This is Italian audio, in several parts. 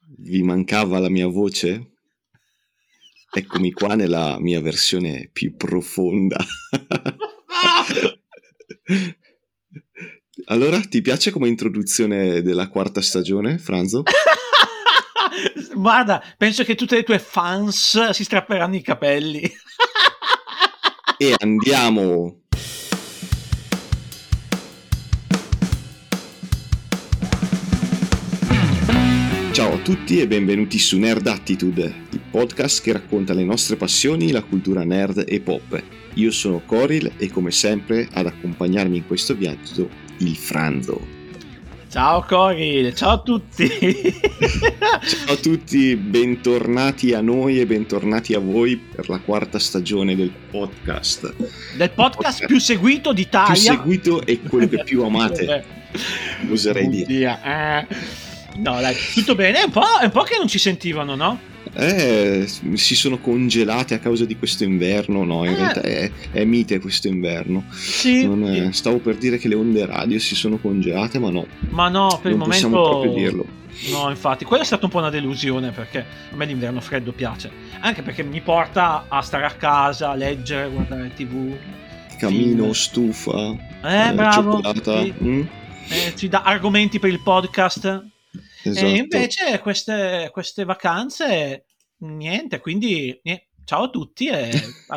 Vi mancava la mia voce? Eccomi qua nella mia versione più profonda. Allora, ti piace come introduzione della quarta stagione, Franzo? Guarda, penso che tutte le tue fans si strapperanno i capelli. E andiamo! Ciao a tutti e benvenuti su Nerd Attitude, il podcast che racconta le nostre passioni, la cultura nerd e pop. Io sono Coril e come sempre ad accompagnarmi in questo viaggio il Franzo. Ciao Coril, ciao a tutti. Ciao a tutti, bentornati a noi e bentornati a voi per la quarta stagione del podcast. Del podcast più seguito d'Italia. Più seguito e quello che più amate, oserei dire. No dai, tutto bene, è un po' che non ci sentivano, no? Si sono congelate a causa di questo inverno. No, in realtà è mite questo inverno. Sì. Stavo per dire che le onde radio si sono congelate, ma no. Ma no, per il momento possiamo proprio dirlo. No, infatti, quella è stata un po' una delusione, perché a me l'inverno freddo piace, anche perché mi porta a stare a casa, a leggere, guardare TV, camino, film. stufa, Bravo, cioccolata. sì. Ci dà argomenti per il podcast. Esatto. E invece queste vacanze niente, quindi ciao a tutti e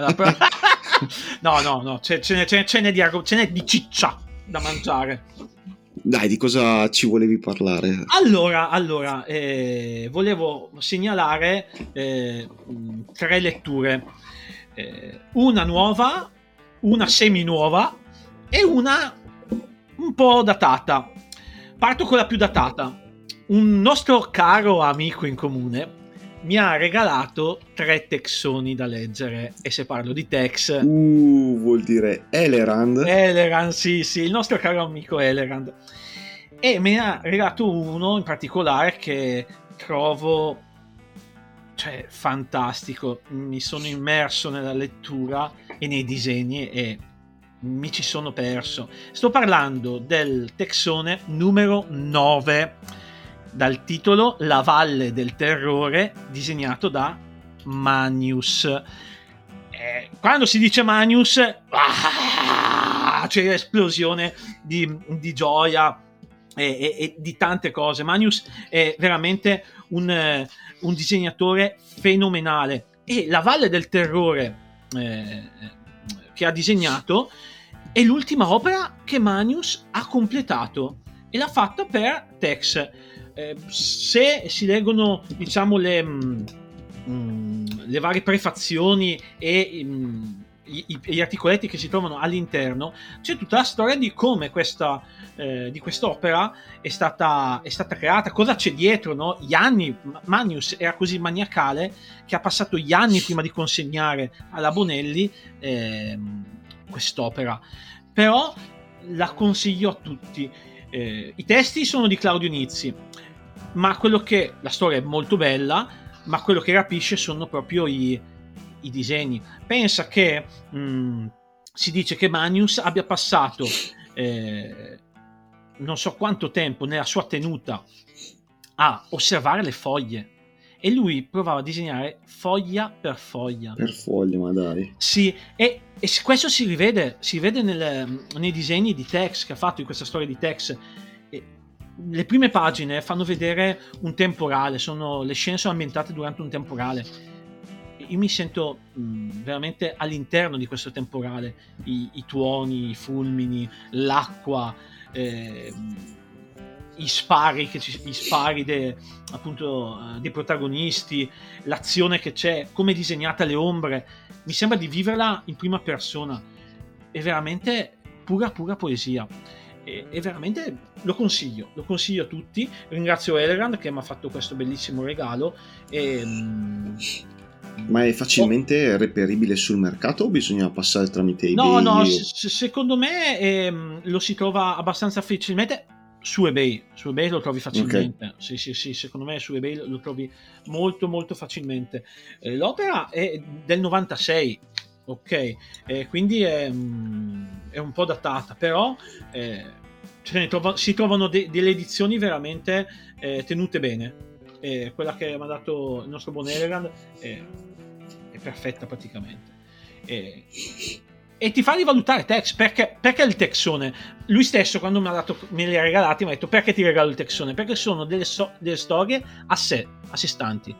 no, ce n'è di ciccia da mangiare. Dai, di cosa ci volevi parlare? Allora, volevo segnalare 3 letture, una nuova, una semi nuova e una un po' datata. Parto con la più datata. Un nostro caro amico in comune mi ha regalato 3 texoni da leggere, e se parlo di Tex vuol dire Eleland, sì, il nostro caro amico Eleland, e me ne ha regalato uno in particolare che trovo fantastico. Mi sono immerso nella lettura e nei disegni e mi ci sono perso. Sto parlando del texone numero 9, dal titolo La Valle del Terrore, disegnato da Manius. Quando si dice Manius c'è l'esplosione di gioia e di tante cose. Manius è veramente un disegnatore fenomenale, e La Valle del Terrore che ha disegnato è l'ultima opera che Manius ha completato e l'ha fatta per Tex. Se si leggono, diciamo, le varie prefazioni e gli articoletti che si trovano all'interno, c'è tutta la storia di come di quest'opera è stata creata, cosa c'è dietro, no? Gli anni. Manius era così maniacale che ha passato gli anni prima di consegnare alla Bonelli quest'opera, però la consiglio a tutti. I testi sono di Claudio Nizzi, ma la storia è molto bella, ma quello che rapisce sono proprio i disegni. Pensa che si dice che Manius abbia passato non so quanto tempo nella sua tenuta a osservare le foglie, e lui provava a disegnare foglia per foglia. Per foglia, ma dai. Sì, e questo si rivede nei disegni di Tex che ha fatto in questa storia di Tex. Le prime pagine fanno vedere un temporale, le scene sono ambientate durante un temporale. Io mi sento veramente all'interno di questo temporale, i tuoni, i fulmini, l'acqua, i spari dei protagonisti, l'azione che c'è, come è disegnata le ombre. Mi sembra di viverla in prima persona. È veramente pura poesia. E veramente lo consiglio a tutti. Ringrazio Eleland che mi ha fatto questo bellissimo regalo. Ma è facilmente reperibile sul mercato o bisogna passare tramite eBay? No, secondo me lo si trova abbastanza facilmente su eBay lo trovi facilmente. Okay. Sì, secondo me su eBay lo trovi molto molto facilmente. L'opera è del 96, ok, quindi è un po' datata, però si trovano delle edizioni veramente tenute bene. quella che mi ha dato il nostro buon Elegant è perfetta praticamente. E ti fa rivalutare Tex, perché il Texone? Lui stesso quando me li ha regalati mi ha detto: perché ti regalo il Texone? Perché sono delle storie a sé stanti.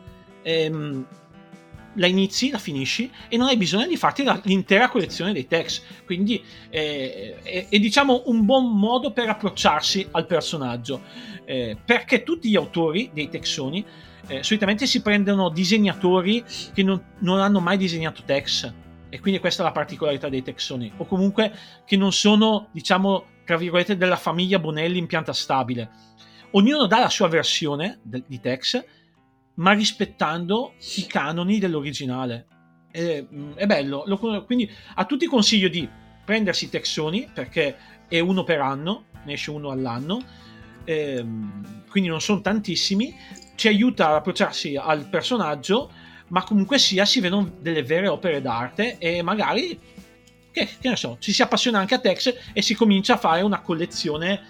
La inizi, la finisci e non hai bisogno di farti l'intera collezione dei Tex, quindi è diciamo un buon modo per approcciarsi al personaggio, perché tutti gli autori dei Texoni solitamente si prendono disegnatori che non hanno mai disegnato Tex, e quindi questa è la particolarità dei Texoni, o comunque che non sono, diciamo, tra virgolette, della famiglia Bonelli in pianta stabile. Ognuno dà la sua versione di Tex, ma rispettando i canoni dell'originale. È bello, quindi a tutti consiglio di prendersi i Texoni, perché è uno per anno, ne esce uno all'anno, quindi non sono tantissimi, ci aiuta ad approcciarsi al personaggio, ma comunque sia si vedono delle vere opere d'arte, e magari che ne so, ci si appassiona anche a Tex e si comincia a fare una collezione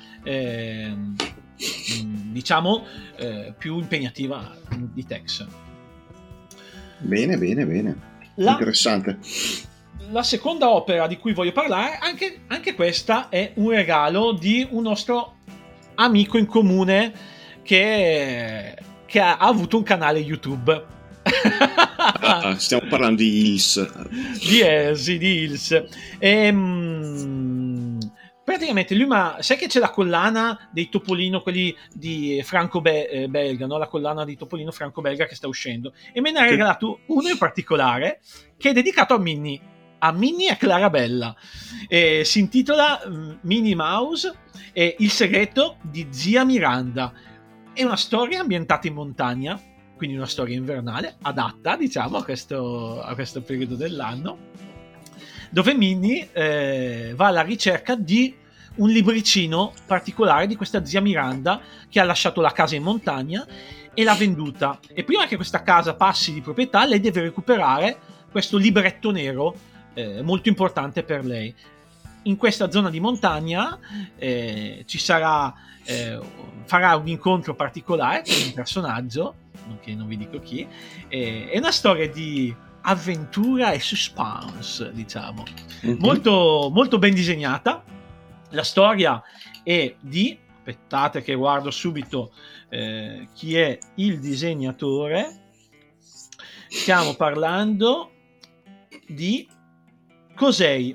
diciamo più impegnativa di Tex. Bene, interessante. La seconda opera di cui voglio parlare, anche questa è un regalo di un nostro amico in comune che ha avuto un canale YouTube. Stiamo parlando di Hills. Di Hills. Praticamente lui, sai che c'è la collana dei Topolino, quelli di Franco Belga, no? La collana di Topolino franco-belga che sta uscendo, e me ne ha regalato uno in particolare che è dedicato a Minnie e Clarabella. Si intitola Minnie Mouse e il segreto di zia Miranda. È una storia ambientata in montagna, quindi una storia invernale adatta, diciamo, a questo periodo dell'anno, dove Minnie va alla ricerca di un libricino particolare di questa zia Miranda che ha lasciato la casa in montagna e l'ha venduta, e prima che questa casa passi di proprietà lei deve recuperare questo libretto nero molto importante per lei. In questa zona di montagna ci sarà farà un incontro particolare con un personaggio che non vi dico chi. È una storia di avventura e suspense, diciamo. Molto, molto ben disegnata. La storia è di, aspettate che guardo subito chi è il disegnatore. Stiamo parlando di Cosei,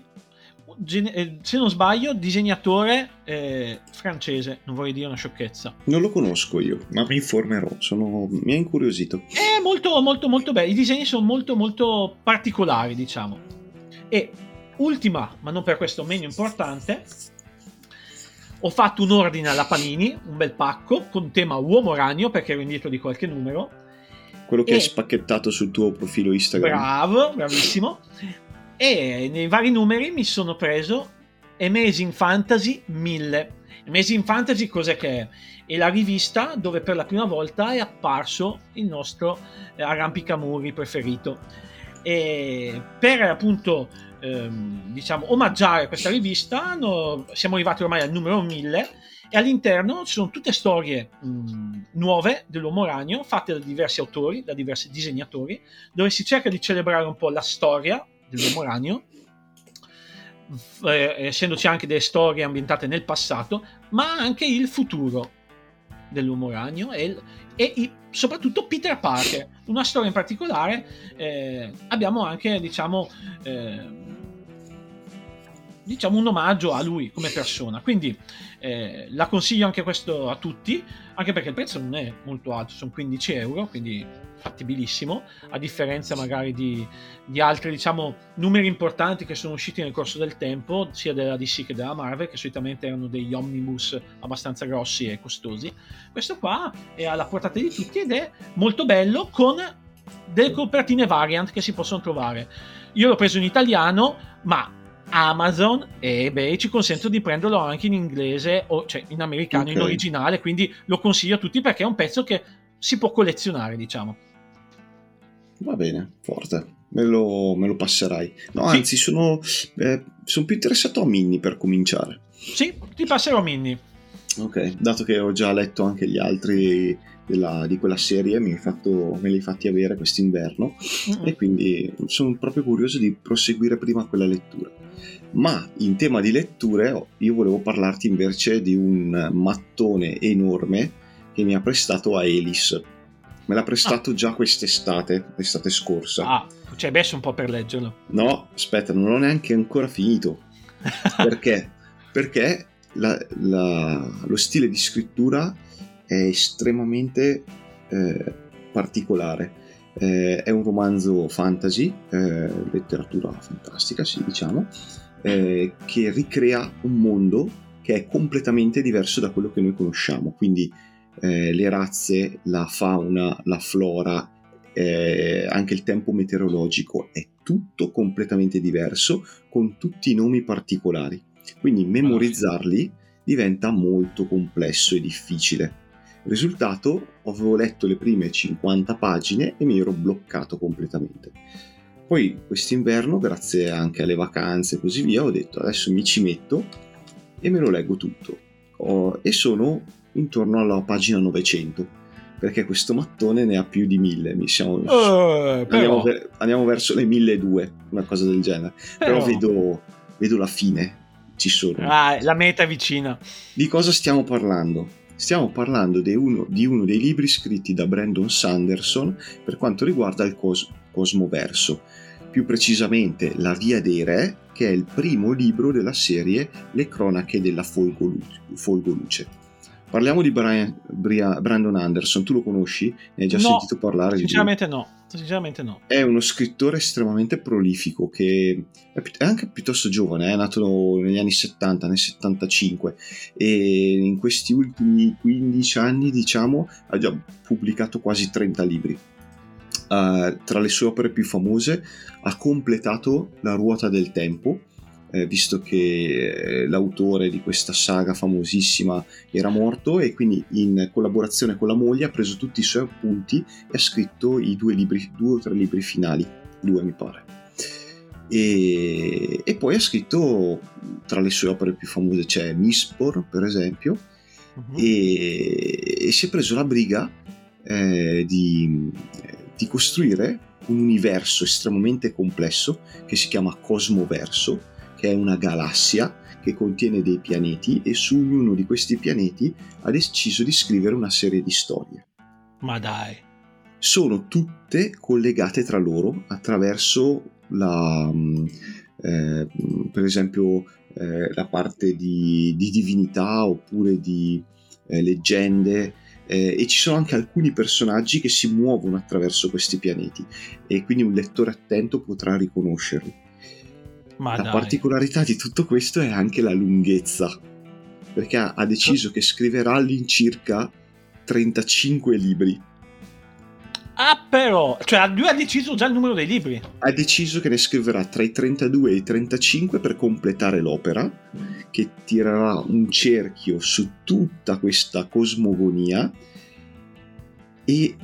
se non sbaglio disegnatore francese, non vorrei dire una sciocchezza. Non lo conosco io, ma mi informerò, mi ha incuriosito. È molto molto molto bello, i disegni sono molto molto particolari, diciamo. E ultima, ma non per questo meno importante, ho fatto un ordine alla Panini, un bel pacco con tema Uomo Ragno, perché ero indietro di qualche numero. Quello che hai spacchettato sul tuo profilo Instagram. Bravo, bravissimo. E nei vari numeri mi sono preso Amazing Fantasy 1000. Amazing Fantasy cos'è che è? È la rivista dove per la prima volta è apparso il nostro arrampicamuri preferito, e per appunto diciamo omaggiare questa rivista siamo arrivati ormai al numero 1000, e all'interno ci sono tutte storie nuove dell'Uomo Ragno, fatte da diversi autori, da diversi disegnatori, dove si cerca di celebrare un po' la storia dell'Uomo Ragno, essendoci anche delle storie ambientate nel passato, ma anche il futuro dell'Uomo Ragno e soprattutto Peter Parker. Una storia in particolare, abbiamo anche diciamo un omaggio a lui come persona, quindi la consiglio anche questo a tutti, anche perché il prezzo non è molto alto, sono 15 euro, quindi fattibilissimo, a differenza magari di altri diciamo numeri importanti che sono usciti nel corso del tempo, sia della DC che della Marvel, che solitamente erano degli omnibus abbastanza grossi e costosi. Questo qua è alla portata di tutti ed è molto bello, con delle copertine variant che si possono trovare. Io l'ho preso in italiano, ma Amazon e eBay ci consentono di prenderlo anche in inglese, o cioè in americano, in originale, quindi lo consiglio a tutti perché è un pezzo che si può collezionare, diciamo. Va bene, forte, me lo passerai. No, sì. Anzi, sono più interessato a Minnie per cominciare. Sì, ti passerò Minnie. Ok, dato che ho già letto anche gli altri di quella serie, me li hai fatti avere quest'inverno, e quindi sono proprio curioso di proseguire prima quella lettura. Ma in tema di letture io volevo parlarti invece di un mattone enorme che mi ha prestato a Elis. Me l'ha prestato già l'estate scorsa. Ci hai messo un po' per leggerlo. No, aspetta, non l'ho neanche ancora finito. Perché? Perché lo stile di scrittura è estremamente particolare. È un romanzo fantasy, letteratura fantastica, sì, diciamo, che ricrea un mondo che è completamente diverso da quello che noi conosciamo. Quindi le razze, la fauna, la flora, anche il tempo meteorologico è tutto completamente diverso, con tutti i nomi particolari. Quindi memorizzarli diventa molto complesso e difficile. Risultato, avevo letto le prime 50 pagine e mi ero bloccato completamente. Poi quest'inverno, grazie anche alle vacanze e così via, ho detto adesso mi ci metto e me lo leggo tutto. E sono intorno alla pagina 900, perché questo mattone ne ha più di 1000. Andiamo verso le 1200, una cosa del genere. Però vedo la fine. Ci sono. La meta è vicina. Di cosa stiamo parlando? Stiamo parlando di uno dei libri scritti da Brandon Sanderson per quanto riguarda il Cosmoverso, più precisamente La Via dei Re, che è il primo libro della serie Le Cronache della Folgoluce. Parliamo di Brandon Sanderson. Tu lo conosci? Ne hai già sentito parlare? Sinceramente no. È uno scrittore estremamente prolifico, che è anche piuttosto giovane, è nato negli anni 70, nel 75, e in questi ultimi 15 anni, diciamo, ha già pubblicato quasi 30 libri. Tra le sue opere più famose ha completato La Ruota del Tempo, visto che l'autore di questa saga famosissima era morto, e quindi in collaborazione con la moglie ha preso tutti i suoi appunti e ha scritto i 2 o 3 libri finali, 2 mi pare. E poi ha scritto, tra le sue opere più famose c'è Mistborn, per esempio, e si è preso la briga di costruire un universo estremamente complesso che si chiama Cosmoverso, che è una galassia che contiene dei pianeti, e su ognuno di questi pianeti ha deciso di scrivere una serie di storie. Ma dai! Sono tutte collegate tra loro attraverso per esempio la parte di divinità oppure di leggende, e ci sono anche alcuni personaggi che si muovono attraverso questi pianeti, e quindi un lettore attento potrà riconoscerli. La particolarità di tutto questo è anche la lunghezza, perché ha deciso che scriverà all'incirca 35 libri. Però, cioè lui ha deciso già il numero dei libri. Ha deciso che ne scriverà tra i 32 e i 35 per completare l'opera, che tirerà un cerchio su tutta questa cosmogonia, e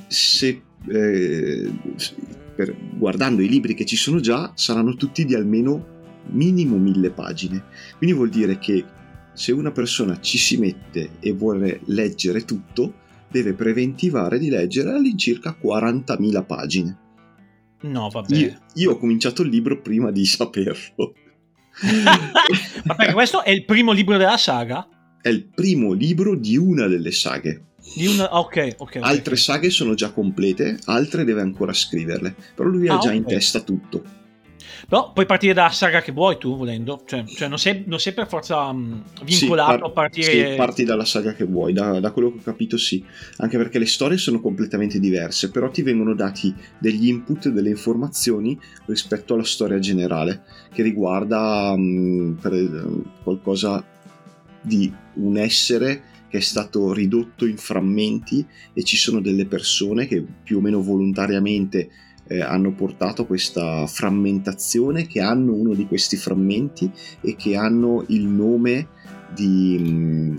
guardando i libri che ci sono già, saranno tutti di almeno minimo 1000 pagine. Quindi vuol dire che se una persona ci si mette e vuole leggere tutto, deve preventivare di leggere all'incirca 40.000 pagine. No, vabbè. Io ho cominciato il libro prima di saperlo. Ma perché questo è il primo libro della saga? È il primo libro di una delle saghe. Ok. Altre saghe sono già complete, altre deve ancora scriverle, però lui ha già in testa tutto. Però puoi partire dalla saga che vuoi tu, volendo, cioè non sei per forza vincolato a partire. Sì, parti dalla saga che vuoi, da quello che ho capito sì, anche perché le storie sono completamente diverse, però ti vengono dati degli input e delle informazioni rispetto alla storia generale, che riguarda qualcosa di un essere che è stato ridotto in frammenti, e ci sono delle persone che più o meno volontariamente hanno portato questa frammentazione, che hanno uno di questi frammenti e che hanno il nome di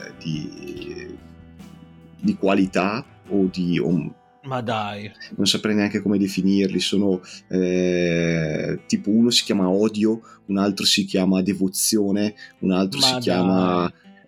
qualità o di... Ma dai, non saprei neanche come definirli. Sono tipo, uno si chiama odio, un altro si chiama devozione, un altro si chiama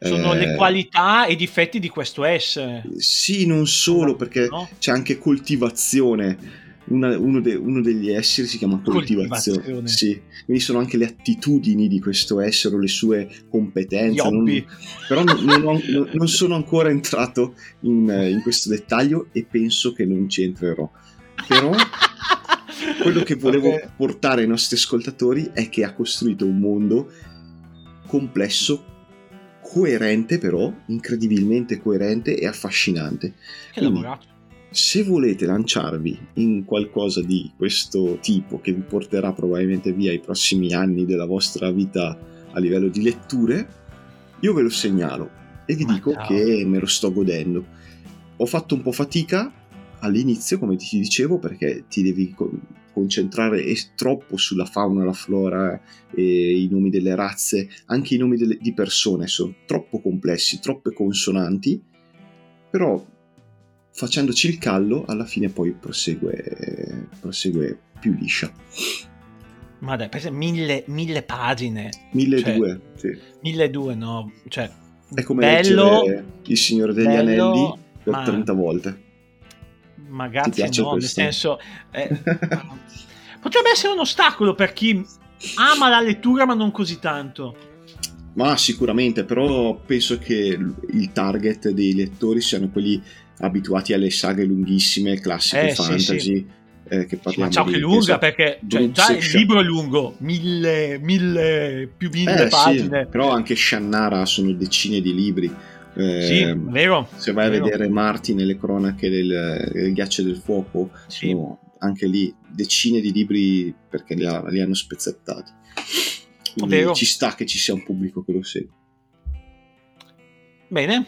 Sono le qualità e i difetti di questo essere. Sì, non solo, perché no? c'è anche coltivazione. Uno degli esseri si chiama coltivazione. Sì. Quindi sono anche le attitudini di questo essere, le sue competenze. Però non sono ancora entrato in questo dettaglio e penso che non ci entrerò. Però quello che volevo portare ai nostri ascoltatori è che ha costruito un mondo complesso, coerente, però incredibilmente coerente e affascinante. Quindi, se volete lanciarvi in qualcosa di questo tipo che vi porterà probabilmente via i prossimi anni della vostra vita a livello di letture, io ve lo segnalo e vi dico che me lo sto godendo. Ho fatto un po' fatica all'inizio, come ti dicevo, perché ti devi concentrare troppo sulla fauna, la flora e i nomi delle razze, anche i nomi di persone sono troppo complessi, troppe consonanti, però facendoci il callo alla fine poi prosegue più liscia. Ma dai, per 1000 pagine, 1200, sì. 1200, no, cioè è come leggere Il Signore degli Anelli per 30 volte. Ma grazie, no, questo? Nel senso potrebbe essere un ostacolo per chi ama la lettura ma non così tanto. Ma sicuramente, però penso che il target dei lettori siano quelli abituati alle saghe lunghissime, classiche fantasy, sì. Che parliamo ma ciao che lunga, perché già il libro è lungo, 1000 più 1000 pagine. Sì, però anche Shannara sono decine di libri. Sì, vero. Se vai a vedere Martin e le cronache del Ghiaccio del Fuoco, sono anche lì decine di libri perché li hanno spezzettati. Quindi ci sta che ci sia un pubblico che lo segue. Bene.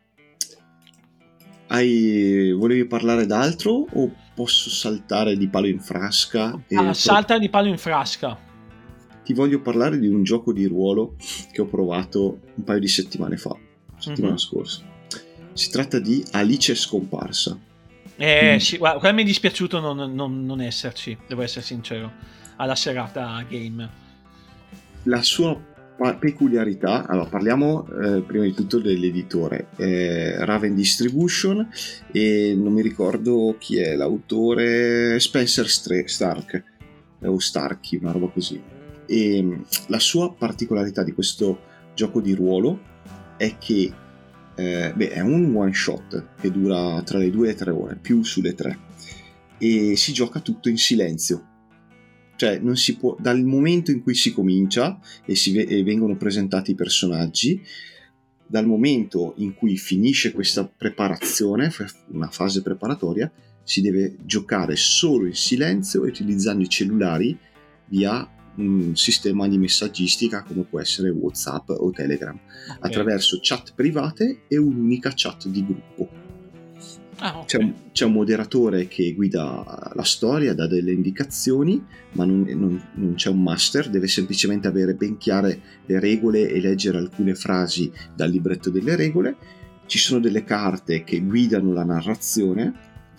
Volevi parlare d'altro o posso saltare di palo in frasca? Salta di palo in frasca. Ti voglio parlare di un gioco di ruolo che ho provato un paio di settimane fa, settimana scorsa. Si tratta di Alice Scomparsa. Sì, guarda, mi è dispiaciuto non esserci, devo essere sincero, alla serata game. La sua peculiarità, allora parliamo prima di tutto dell'editore, Raven Distribution, e non mi ricordo chi è l'autore, Spencer Stark o Starkey, una roba così. E la sua particolarità di questo gioco di ruolo è che è un one shot che dura tra le 2 e le 3 ore, più sulle 3, e si gioca tutto in silenzio. Cioè non si può, dal momento in cui si comincia e vengono presentati i personaggi, dal momento in cui finisce questa preparazione, una fase preparatoria, si deve giocare solo in silenzio e utilizzando i cellulari via un sistema di messaggistica come può essere WhatsApp o Telegram, attraverso chat private e un'unica chat di gruppo. C'è un moderatore che guida la storia, dà delle indicazioni, ma non c'è un master, deve semplicemente avere ben chiare le regole e leggere alcune frasi dal libretto delle regole. Ci sono delle carte che guidano la narrazione,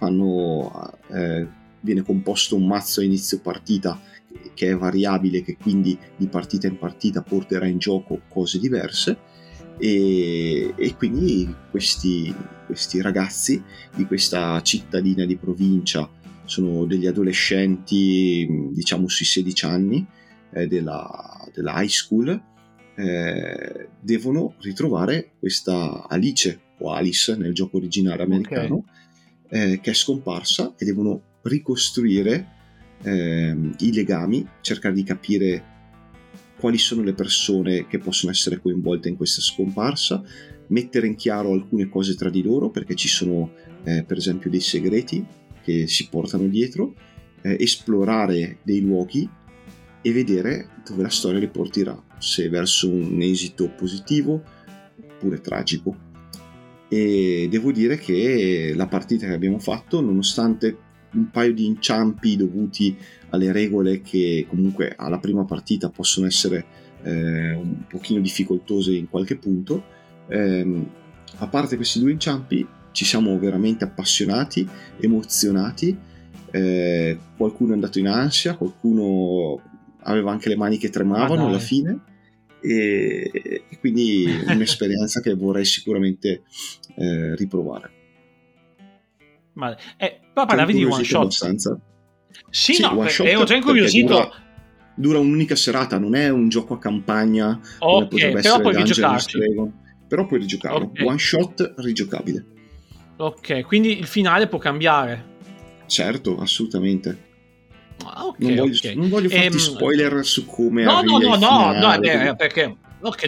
viene composto un mazzo a inizio partita che è variabile, che quindi di partita in partita porterà in gioco cose diverse, e quindi questi ragazzi di questa cittadina di provincia sono degli adolescenti, diciamo sui 16 anni, della high school, devono ritrovare questa Alice o Alice nel gioco originale americano, che è scomparsa, e devono ricostruire i legami, cercare di capire quali sono le persone che possono essere coinvolte in questa scomparsa, mettere in chiaro alcune cose tra di loro, perché ci sono per esempio dei segreti che si portano dietro, esplorare dei luoghi e vedere dove la storia li porterà, se verso un esito positivo oppure tragico. E devo dire che la partita che abbiamo fatto, nonostante un paio di inciampi dovuti alle regole che comunque alla prima partita possono essere un pochino difficoltose in qualche punto, a parte questi 2 inciampi ci siamo veramente appassionati, emozionati, qualcuno è andato in ansia, qualcuno aveva anche le mani che tremavano alla fine, e quindi un'esperienza che vorrei sicuramente riprovare. Però parlavi di one shot abbastanza? Sì, no, one shot ero già incuriosito. Dura un'unica serata, non è un gioco a campagna come potrebbe però essere puoi Dungeons rigiocarci. Dragon, però puoi rigiocarlo. One shot rigiocabile. Ok, quindi il finale può cambiare. Certo, assolutamente. Non voglio farti spoiler su come no, finale. perché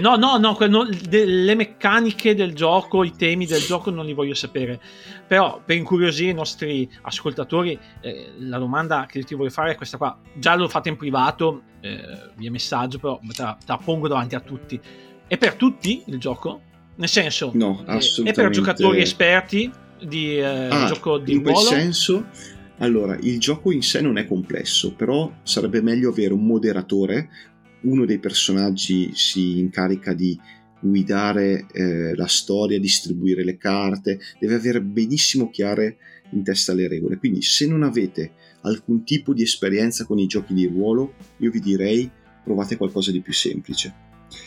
le meccaniche del gioco, i temi del gioco non li voglio sapere, però per incuriosire i nostri ascoltatori, la domanda che ti voglio fare è questa qua. Già l'ho fatta in privato via messaggio, però te la pongo davanti a tutti. È per tutti il gioco? Nel senso, no, assolutamente. È per giocatori esperti di gioco di in ruolo? quel senso, allora, il gioco in sé non è complesso, però sarebbe meglio avere un moderatore. Uno dei personaggi si incarica di guidare la storia, distribuire le carte, deve avere benissimo chiare in testa le regole. Quindi se non avete alcun tipo di esperienza con i giochi di ruolo, io vi direi provate qualcosa di più semplice.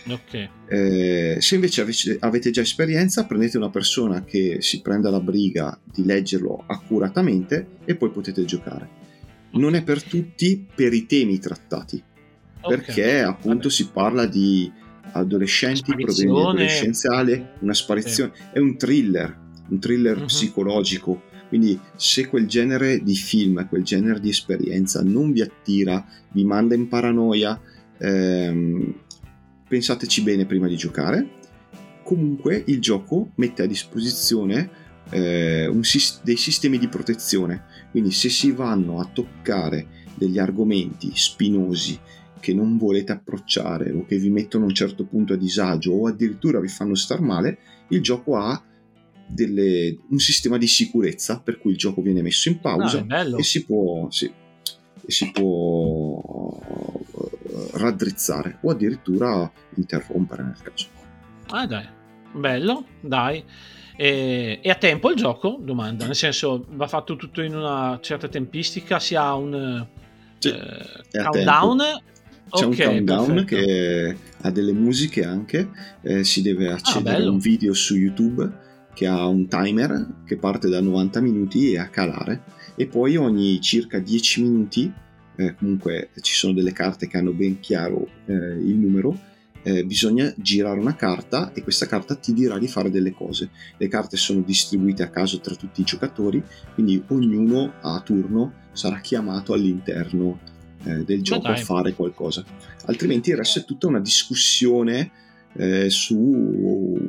Se invece avete già esperienza, prendete una persona che si prenda la briga di leggerlo accuratamente e poi potete giocare. Non è per tutti per i temi trattati, perché appunto si parla di adolescenti, problemi adolescenziali, una sparizione, è un thriller psicologico, quindi se quel genere di film, quel genere di esperienza non vi attira, vi manda in paranoia, pensateci bene prima di giocare. Comunque il gioco mette a disposizione dei sistemi di protezione, quindi se si vanno a toccare degli argomenti spinosi che non volete approcciare o che vi mettono a un certo punto a disagio o addirittura vi fanno star male, il gioco ha un sistema di sicurezza per cui il gioco viene messo in pausa e si può raddrizzare o addirittura interrompere nel caso. Dai, bello, dai. E a tempo il gioco? Domanda, nel senso, va fatto tutto in una certa tempistica, si ha un countdown? C'è un countdown che ha delle musiche anche, si deve accedere a un video su YouTube che ha un timer che parte da 90 minuti e a calare, e poi ogni circa 10 minuti comunque ci sono delle carte che hanno ben chiaro il numero, bisogna girare una carta e questa carta ti dirà di fare delle cose. Le carte sono distribuite a caso tra tutti i giocatori, quindi ognuno a turno sarà chiamato all'interno del gioco a fare qualcosa, altrimenti il resto è tutta una discussione su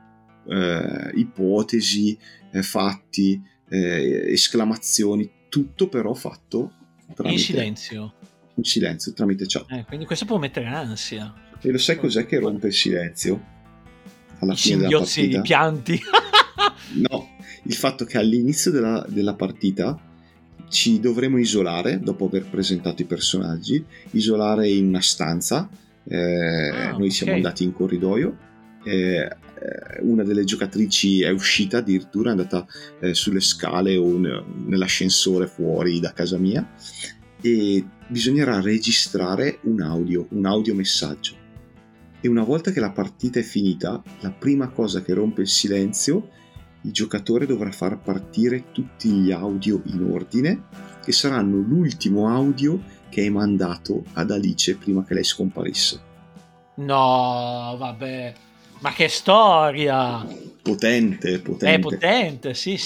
ipotesi, fatti, esclamazioni, tutto però fatto in silenzio tramite chat. Quindi questo può mettere ansia. E lo sai cos'è che rompe il silenzio alla fine della partita? I pianti. No, il fatto che all'inizio della partita ci dovremo isolare dopo aver presentato i personaggi, isolare in una stanza. Noi siamo andati in corridoio, una delle giocatrici è uscita, addirittura è andata sulle scale o nell'ascensore fuori da casa mia, e bisognerà registrare un audio messaggio, e una volta che la partita è finita, la prima cosa che rompe il silenzio, il giocatore dovrà far partire tutti gli audio in ordine, che saranno l'ultimo audio che hai mandato ad Alice prima che lei scomparisse. No, vabbè, ma che storia! Potente. È potente, sì.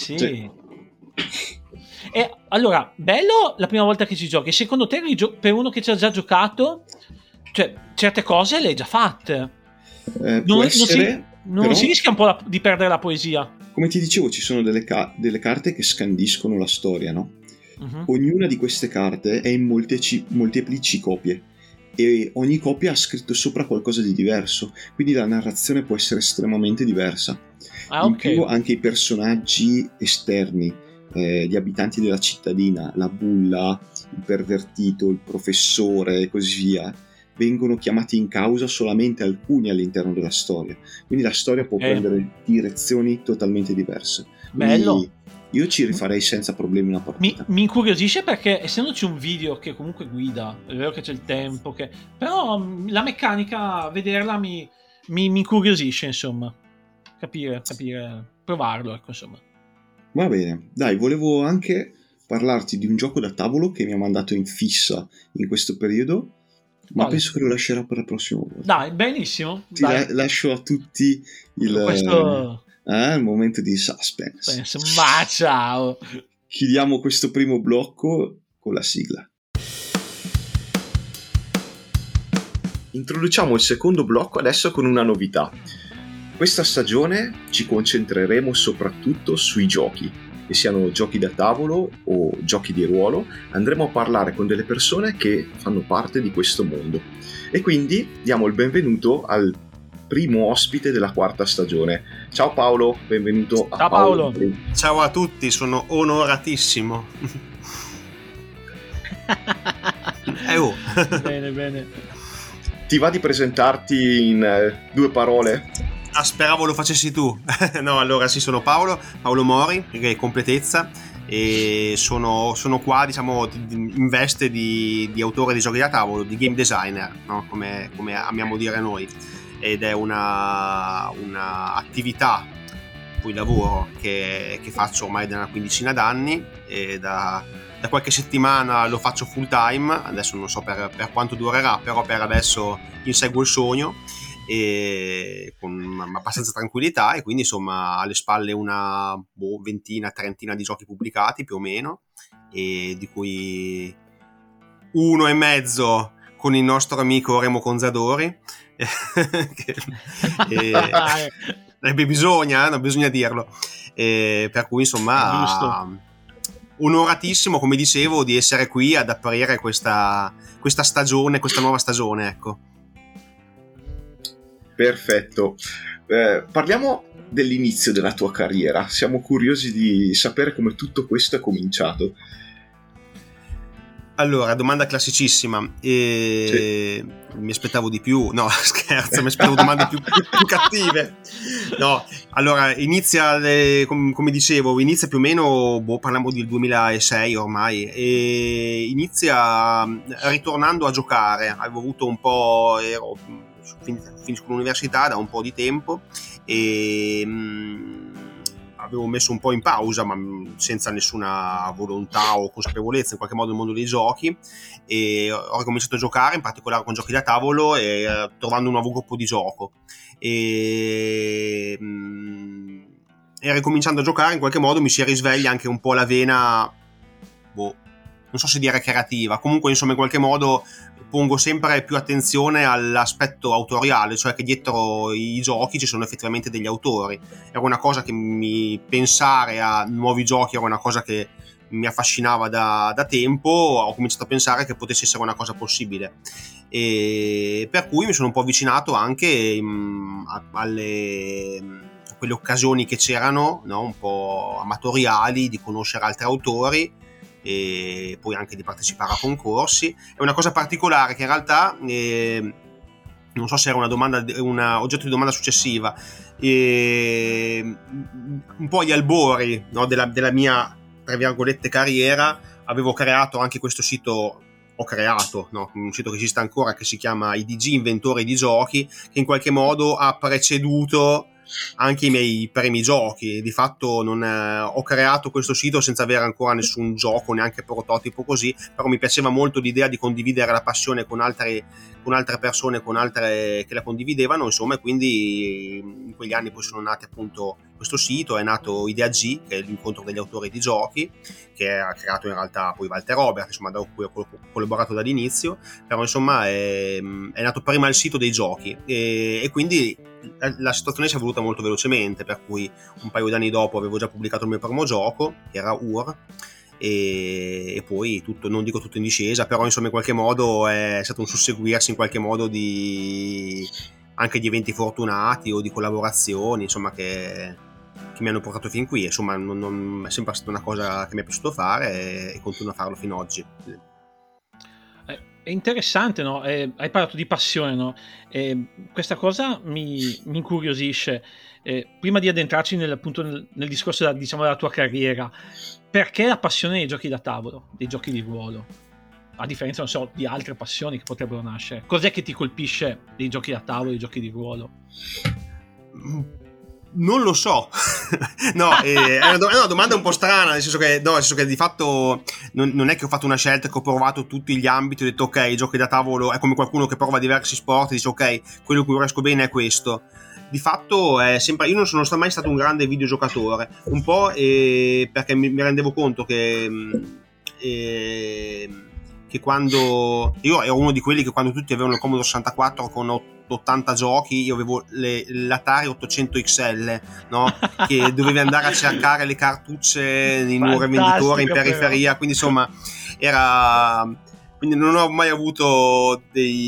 E allora, bello la prima volta che ci giochi. Secondo te, per uno che ci ha già giocato, cioè certe cose le hai già fatte? Non si rischia un po' di perdere la poesia? Come ti dicevo, ci sono delle carte che scandiscono la storia, no? Uh-huh. Ognuna di queste carte è in molteplici copie, e ogni copia ha scritto sopra qualcosa di diverso, quindi la narrazione può essere estremamente diversa. In più anche i personaggi esterni, gli abitanti della cittadina, la bulla, il pervertito, il professore e così via, vengono chiamati in causa solamente alcuni all'interno della storia, quindi la storia può prendere direzioni totalmente diverse. Bello. io ci rifarei senza problemi una partita. Mi incuriosisce perché essendoci un video che comunque guida, è vero che c'è il tempo, però la meccanica, vederla mi incuriosisce, insomma, capire, provarlo, ecco, insomma. Va bene, dai, volevo anche parlarti di un gioco da tavolo che mi ha mandato in fissa in questo periodo, ma penso che lo lascerò per la prossima volta. Dai, benissimo. Lascio a tutti il momento di suspense. Ma ciao! Chiudiamo questo primo blocco con la sigla. Introduciamo il secondo blocco adesso con una novità. Questa stagione ci concentreremo soprattutto sui giochi, che siano giochi da tavolo o giochi di ruolo. Andremo a parlare con delle persone che fanno parte di questo mondo. E quindi diamo il benvenuto al primo ospite della quarta stagione. Ciao Paolo, benvenuto a Ciao Paolo. Ciao a tutti, sono onoratissimo. Bene. Ti va di presentarti in 2 parole? Speravo lo facessi tu. No, allora sì, sono Paolo Mori, completezza, e sono qua, diciamo, in veste di autore di giochi da tavolo, di game designer, no? come amiamo dire noi, ed è una attività, poi lavoro che faccio ormai da una quindicina d'anni, e da qualche settimana lo faccio full time. Adesso non so per quanto durerà, però per adesso inseguo il sogno e con abbastanza tranquillità, e quindi insomma alle spalle una ventina, trentina di giochi pubblicati più o meno, e di cui 1,5 con il nostro amico Remo Conzadori. Bisogna dirlo, per cui insomma onoratissimo, come dicevo, di essere qui ad aprire questa stagione, questa nuova stagione, ecco. Perfetto. Parliamo dell'inizio della tua carriera. Siamo curiosi di sapere come tutto questo è cominciato. Allora, domanda classicissima. Sì. Mi aspettavo di più. No, scherzo, mi aspettavo domande più cattive. No, allora, come dicevo, inizia più o meno, parliamo del 2006 ormai, e inizia ritornando a giocare. Avevo avuto un po', finisco l'università da un po' di tempo, e avevo messo un po' in pausa, ma senza nessuna volontà o consapevolezza in qualche modo nel mondo dei giochi, e ho ricominciato a giocare, in particolare con giochi da tavolo, e trovando un nuovo gruppo di gioco, e ricominciando a giocare in qualche modo mi si risveglia anche un po' la vena, non so se dire creativa, comunque insomma in qualche modo pongo sempre più attenzione all'aspetto autoriale, cioè che dietro i giochi ci sono effettivamente degli autori. Era una cosa che pensare a nuovi giochi era una cosa che mi affascinava da tempo. Ho cominciato a pensare che potesse essere una cosa possibile, e per cui mi sono un po' avvicinato anche a quelle occasioni che c'erano, no? Un po' amatoriali, di conoscere altri autori e poi anche di partecipare a concorsi. È una cosa particolare che in realtà non so se era un oggetto di domanda successiva, un po' agli albori, no, della mia, tra virgolette, carriera, avevo creato anche questo sito. Un sito che esiste ancora, che si chiama IDG, Inventori di Giochi, che in qualche modo ha preceduto anche i miei primi giochi. Di fatto ho creato questo sito senza avere ancora nessun gioco, neanche prototipo così, però mi piaceva molto l'idea di condividere la passione con altre persone, con altre che la condividevano, insomma, e quindi in quegli anni poi sono nati appunto questo sito, è nato Idea G, che è l'incontro degli autori di giochi, che ha creato in realtà poi Walter Robert, insomma, da cui ho collaborato dall'inizio, però insomma è nato prima il sito dei giochi, e quindi la situazione si è evoluta molto velocemente, per cui un paio d'anni dopo avevo già pubblicato il mio primo gioco, che era UR, e poi tutto, non dico tutto in discesa, però insomma in qualche modo è stato un susseguirsi in qualche modo anche di eventi fortunati o di collaborazioni, insomma, che mi hanno portato fin qui. Insomma, è sempre stata una cosa che mi è piaciuto fare, e continuo a farlo fino ad oggi. È interessante, no? Hai parlato di passione, no? Questa cosa mi incuriosisce. Prima di addentrarci appunto nel discorso della tua carriera, perché la passione dei giochi da tavolo, dei giochi di ruolo? A differenza, non so, di altre passioni che potrebbero nascere. Cos'è che ti colpisce dei giochi da tavolo, dei giochi di ruolo? Non lo so. No, è una domanda un po' strana, nel senso che di fatto non è che ho fatto una scelta, che ho provato tutti gli ambiti, ho detto ok, i giochi da tavolo è come qualcuno che prova diversi sport e dice ok, quello cui riesco bene è questo. Di fatto è sempre, io non sono mai stato un grande videogiocatore, un po' perché mi rendevo conto che quando io ero uno di quelli che quando tutti avevano il Commodore 64 con 80 giochi, io avevo l'Atari 800 XL, no? Che dovevi andare a cercare le cartucce in un rivenditore in periferia, quindi insomma quindi non ho mai avuto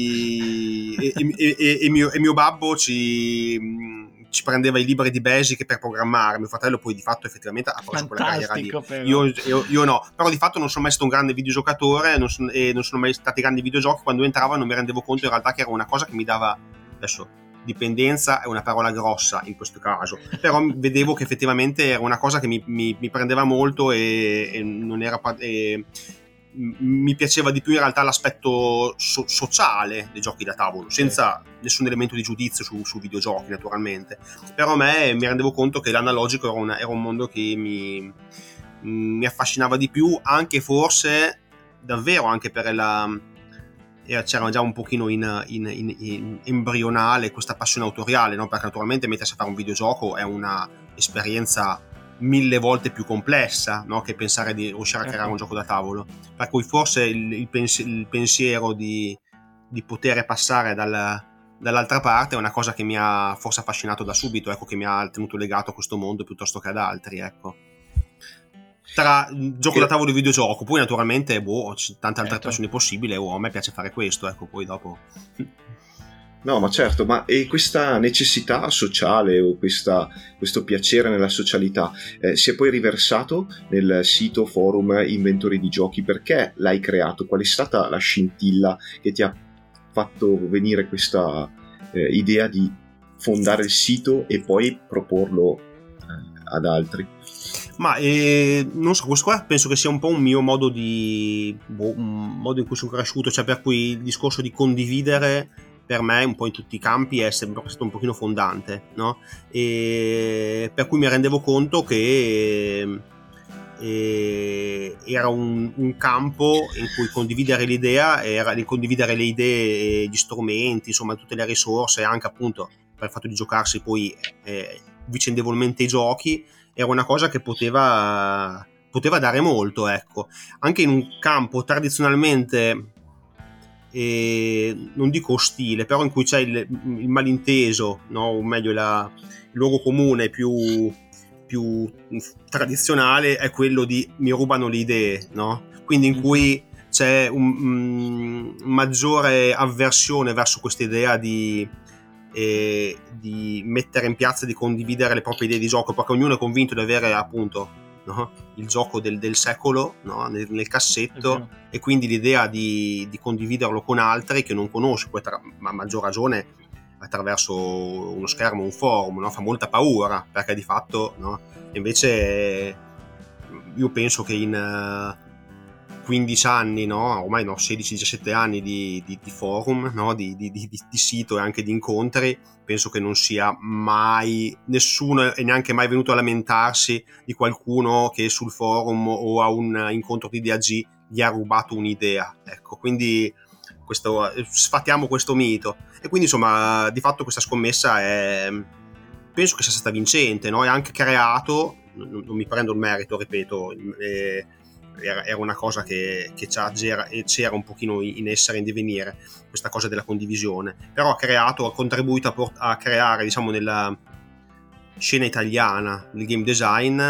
e mio babbo ci prendeva i libri di Basic per programmare. Mio fratello poi di fatto effettivamente ha preso quella carriera lì. Io no, però di fatto non sono mai stato un grande videogiocatore, non sono mai stati grandi videogiochi. Quando entravano mi rendevo conto in realtà che era una cosa che mi dava, adesso dipendenza è una parola grossa in questo caso, però vedevo che effettivamente era una cosa che mi prendeva molto e non era mi piaceva di più in realtà l'aspetto sociale dei giochi da tavolo, senza nessun elemento di giudizio su videogiochi naturalmente, però a me mi rendevo conto che l'analogico era un mondo che mi affascinava di più, anche forse davvero anche per c'era già un pochino in embrionale questa passione autoriale, no? Perché naturalmente mettersi a fare un videogioco è una esperienza 1000 volte più complessa, no? Che pensare di riuscire a creare un gioco da tavolo, per cui forse il pensiero di poter passare dall'altra parte è una cosa che mi ha forse affascinato da subito, ecco, che mi ha tenuto legato a questo mondo piuttosto che ad altri, ecco, tra gioco da tavolo e videogioco. Poi naturalmente tante altre passioni possibili, a me piace fare questo, ecco, poi dopo No, ma certo, ma e questa necessità sociale o questo piacere nella socialità si è poi riversato nel sito forum Inventori di Giochi? Perché l'hai creato? Qual è stata la scintilla che ti ha fatto venire questa idea di fondare il sito e poi proporlo ad altri? Ma non so, questo qua penso che sia un po' un mio modo un modo in cui sono cresciuto, cioè per cui il discorso di condividere per me un po' in tutti i campi è sempre stato un pochino fondante, no? E per cui mi rendevo conto che era un campo in cui condividere l'idea era di condividere le idee, gli strumenti, insomma tutte le risorse, anche appunto per il fatto di giocarsi poi vicendevolmente i giochi, era una cosa che poteva dare molto, ecco, anche in un campo tradizionalmente non dico ostile, però in cui c'è il malinteso, no? O meglio il luogo comune più tradizionale è quello di mi rubano le idee, no? Quindi in cui c'è maggiore avversione verso questa idea di mettere in piazza, di condividere le proprie idee di gioco, perché ognuno è convinto di avere appunto, no? Il gioco del secolo, no? nel cassetto, e quindi l'idea di condividerlo con altri che non conosci, poi a maggior ragione attraverso uno schermo, un forum, no? Fa molta paura, perché di fatto, no? Invece io penso che in 15 anni, no? Ormai 16-17 anni di forum, no? di sito e anche di incontri, penso che non sia mai nessuno è neanche mai venuto a lamentarsi di qualcuno che sul forum o a un incontro di DAG gli ha rubato un'idea, ecco, quindi sfatiamo questo mito, e quindi insomma di fatto questa scommessa penso che sia stata vincente, no? E anche creato, non mi prendo il merito, ripeto, era una cosa che c'era un pochino in essere, in divenire, questa cosa della condivisione, però ha contribuito a creare, diciamo, nella scena italiana del game design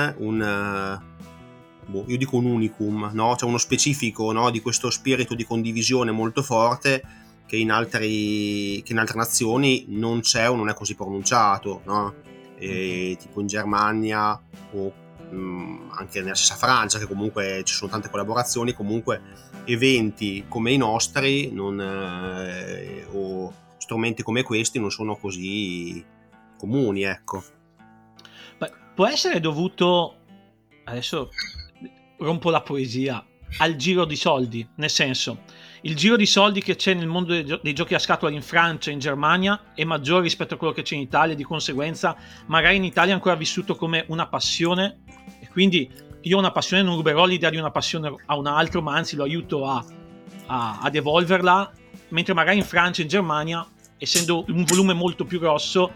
io dico un unicum, no? Cioè uno specifico, no? Di questo spirito di condivisione molto forte che in altre nazioni non c'è o non è così pronunciato, no? Tipo in Germania o anche nella stessa Francia, che comunque ci sono tante collaborazioni, comunque eventi come i nostri o strumenti come questi non sono così comuni, ecco. Beh, può essere dovuto, adesso rompo la poesia, al giro di soldi, nel senso, il giro di soldi che c'è nel mondo dei giochi a scatola in Francia e in Germania è maggiore rispetto a quello che c'è in Italia, di conseguenza magari in Italia è ancora vissuto come una passione, e quindi io ho una passione, non ruberò l'idea di una passione a un altro, ma anzi lo aiuto ad evolverla, mentre magari in Francia e in Germania, essendo un volume molto più grosso,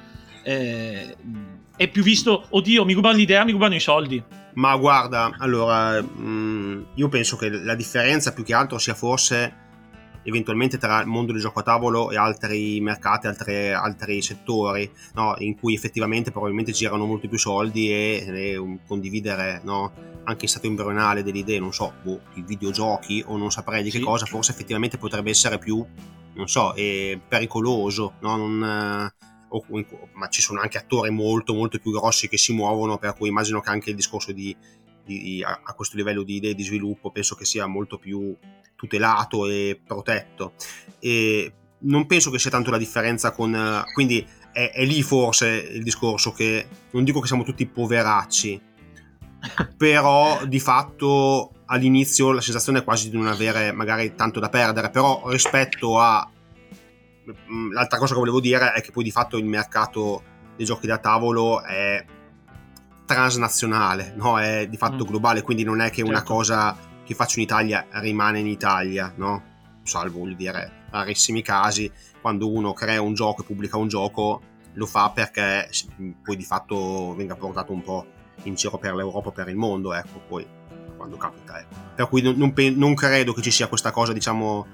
è più visto, oddio, mi rubano l'idea, mi rubano i soldi. Ma guarda, allora, io penso che la differenza più che altro sia forse eventualmente tra il mondo del gioco a tavolo e altri mercati, altri settori, no? In cui effettivamente probabilmente girano molti più soldi e condividere, no? Anche in stato embrionale delle idee, non so, i videogiochi o non saprei di che cosa, forse effettivamente potrebbe essere più, non so, pericoloso, no? Ma ci sono anche attori molto molto più grossi che si muovono, per cui immagino che anche il discorso a questo livello di idee di sviluppo penso che sia molto più tutelato e protetto, e non penso che sia tanto la differenza quindi è lì forse il discorso, che non dico che siamo tutti poveracci, però di fatto all'inizio la sensazione è quasi di non avere magari tanto da perdere, però rispetto a l'altra cosa che volevo dire è che poi di fatto il mercato dei giochi da tavolo è transnazionale, no? È di fatto globale, quindi non è che una cosa che faccio in Italia rimane in Italia, no? Salvo, vuol dire, rarissimi casi, quando uno crea un gioco e pubblica un gioco lo fa perché poi di fatto venga portato un po' in giro per l'Europa, per il mondo, ecco, poi quando capita, ecco. Per cui non credo che ci sia questa cosa, diciamo,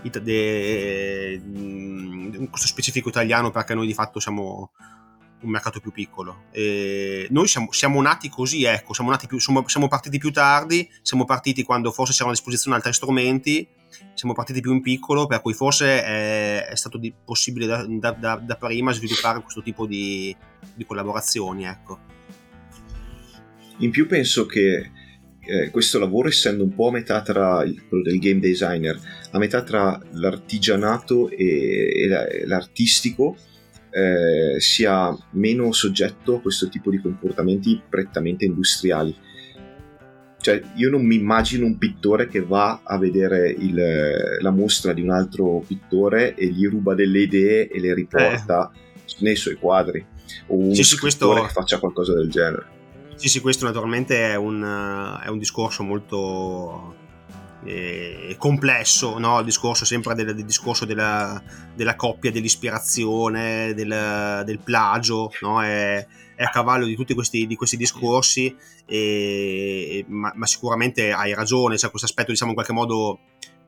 questo specifico italiano, perché noi di fatto siamo un mercato più piccolo, e noi siamo nati così, ecco, siamo partiti più tardi, siamo partiti quando forse c'erano a disposizione altri strumenti, siamo partiti più in piccolo, per cui forse è stato possibile da prima sviluppare questo tipo di collaborazioni, ecco. In più penso che questo lavoro, essendo un po' a metà tra quello del game designer, a metà tra l'artigianato e l'artistico, sia meno soggetto a questo tipo di comportamenti prettamente industriali. Cioè, io non mi immagino un pittore che va a vedere la mostra di un altro pittore e gli ruba delle idee e le riporta nei suoi quadri, o un scrittore che faccia qualcosa del genere. Sì, questo naturalmente è un discorso molto complesso, no? Il discorso sempre del discorso della coppia, dell'ispirazione, del plagio, no? È a cavallo di tutti questi discorsi, ma sicuramente hai ragione, cioè questo aspetto, diciamo, in qualche modo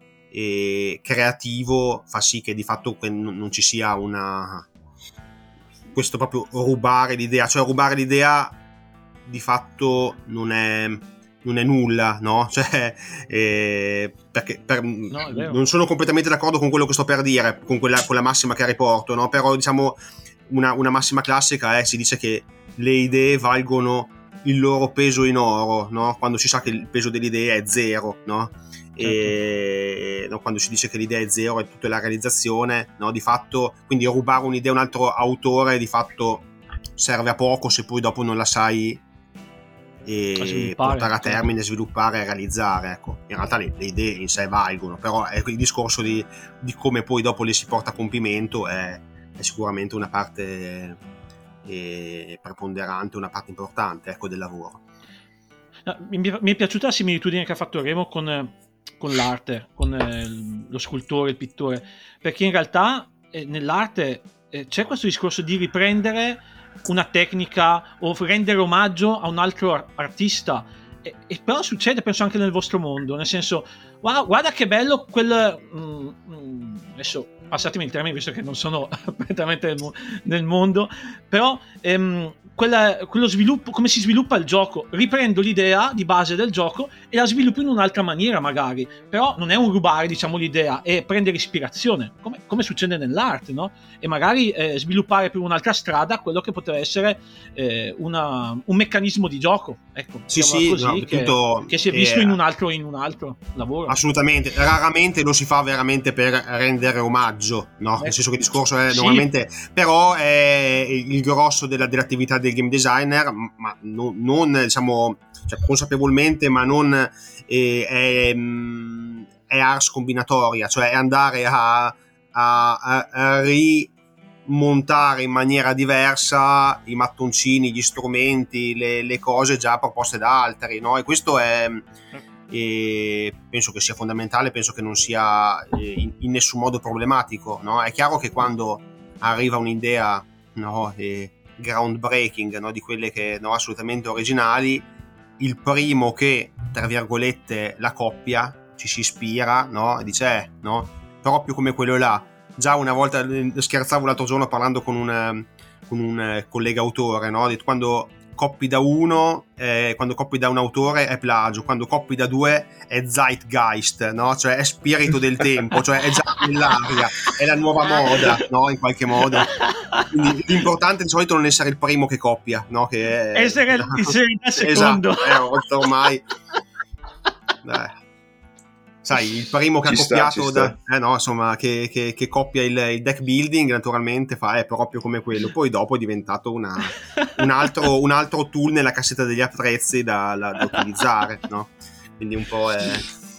creativo fa sì che di fatto non ci sia questo proprio rubare l'idea, cioè rubare l'idea di fatto non è nulla, no? Cioè, perché non sono completamente d'accordo con quello che sto per dire, con la massima che riporto, no? Però diciamo una massima classica si dice che le idee valgono il loro peso in oro, no? Quando si sa che il peso delle idee è zero, no? No, quando si dice che l'idea è zero e tutta la realizzazione, no? Di fatto, quindi rubare un'idea a un altro autore di fatto serve a poco se poi dopo non la sai portare a termine, sviluppare e realizzare, ecco. In realtà le idee in sé valgono, però il discorso di come poi dopo le si porta a compimento è sicuramente una parte preponderante, una parte importante, ecco, del lavoro. Mi è piaciuta la similitudine che ha fatto Remo con l'arte, con lo scultore, il pittore, perché in realtà nell'arte c'è questo discorso di riprendere una tecnica o rendere omaggio a un altro artista, e però succede, penso, anche nel vostro mondo, nel senso, wow, guarda che bello adesso passatemi il termine visto che non sono completamente nel mondo, però quello sviluppo, come si sviluppa il gioco. Riprendo l'idea di base del gioco e la sviluppo in un'altra maniera magari, però non è un rubare, diciamo, l'idea, è prendere ispirazione, come succede nell'arte, no? E magari sviluppare per un'altra strada quello che poteva essere un meccanismo di gioco, ecco, sì, così, no, che si è visto in un altro lavoro. Assolutamente, raramente lo si fa veramente per rendere omaggio, no? Nel senso che il discorso è normalmente, però è il grosso dell'attività del game designer, ma non diciamo, cioè, consapevolmente, ma non è ars combinatoria, cioè è andare a rimontare in maniera diversa i mattoncini, gli strumenti, le cose già proposte da altri, no? E questo è, penso che sia fondamentale, penso che non sia in nessun modo problematico, no? È chiaro che quando arriva un'idea, no, groundbreaking, no, di quelle che, no, assolutamente originali, il primo che, tra virgolette, la coppia ci si ispira, no, e dice no, proprio come quello là. Già una volta scherzavo l'altro giorno parlando con un collega autore, no, ho detto, quando copy da uno, quando copy da un autore è plagio, quando copy da due è zeitgeist, no? Cioè è spirito del tempo, cioè è già nell'aria, è la nuova moda, no? In qualche modo. Quindi l'importante di solito non essere il primo che copia, no? Che è essere il secondo. Esatto, ormai sai, il primo che ha copiato no, insomma, che copia il deck building, naturalmente è proprio come quello. Poi dopo è diventato un altro tool nella cassetta degli attrezzi da utilizzare, no? Quindi un po' è...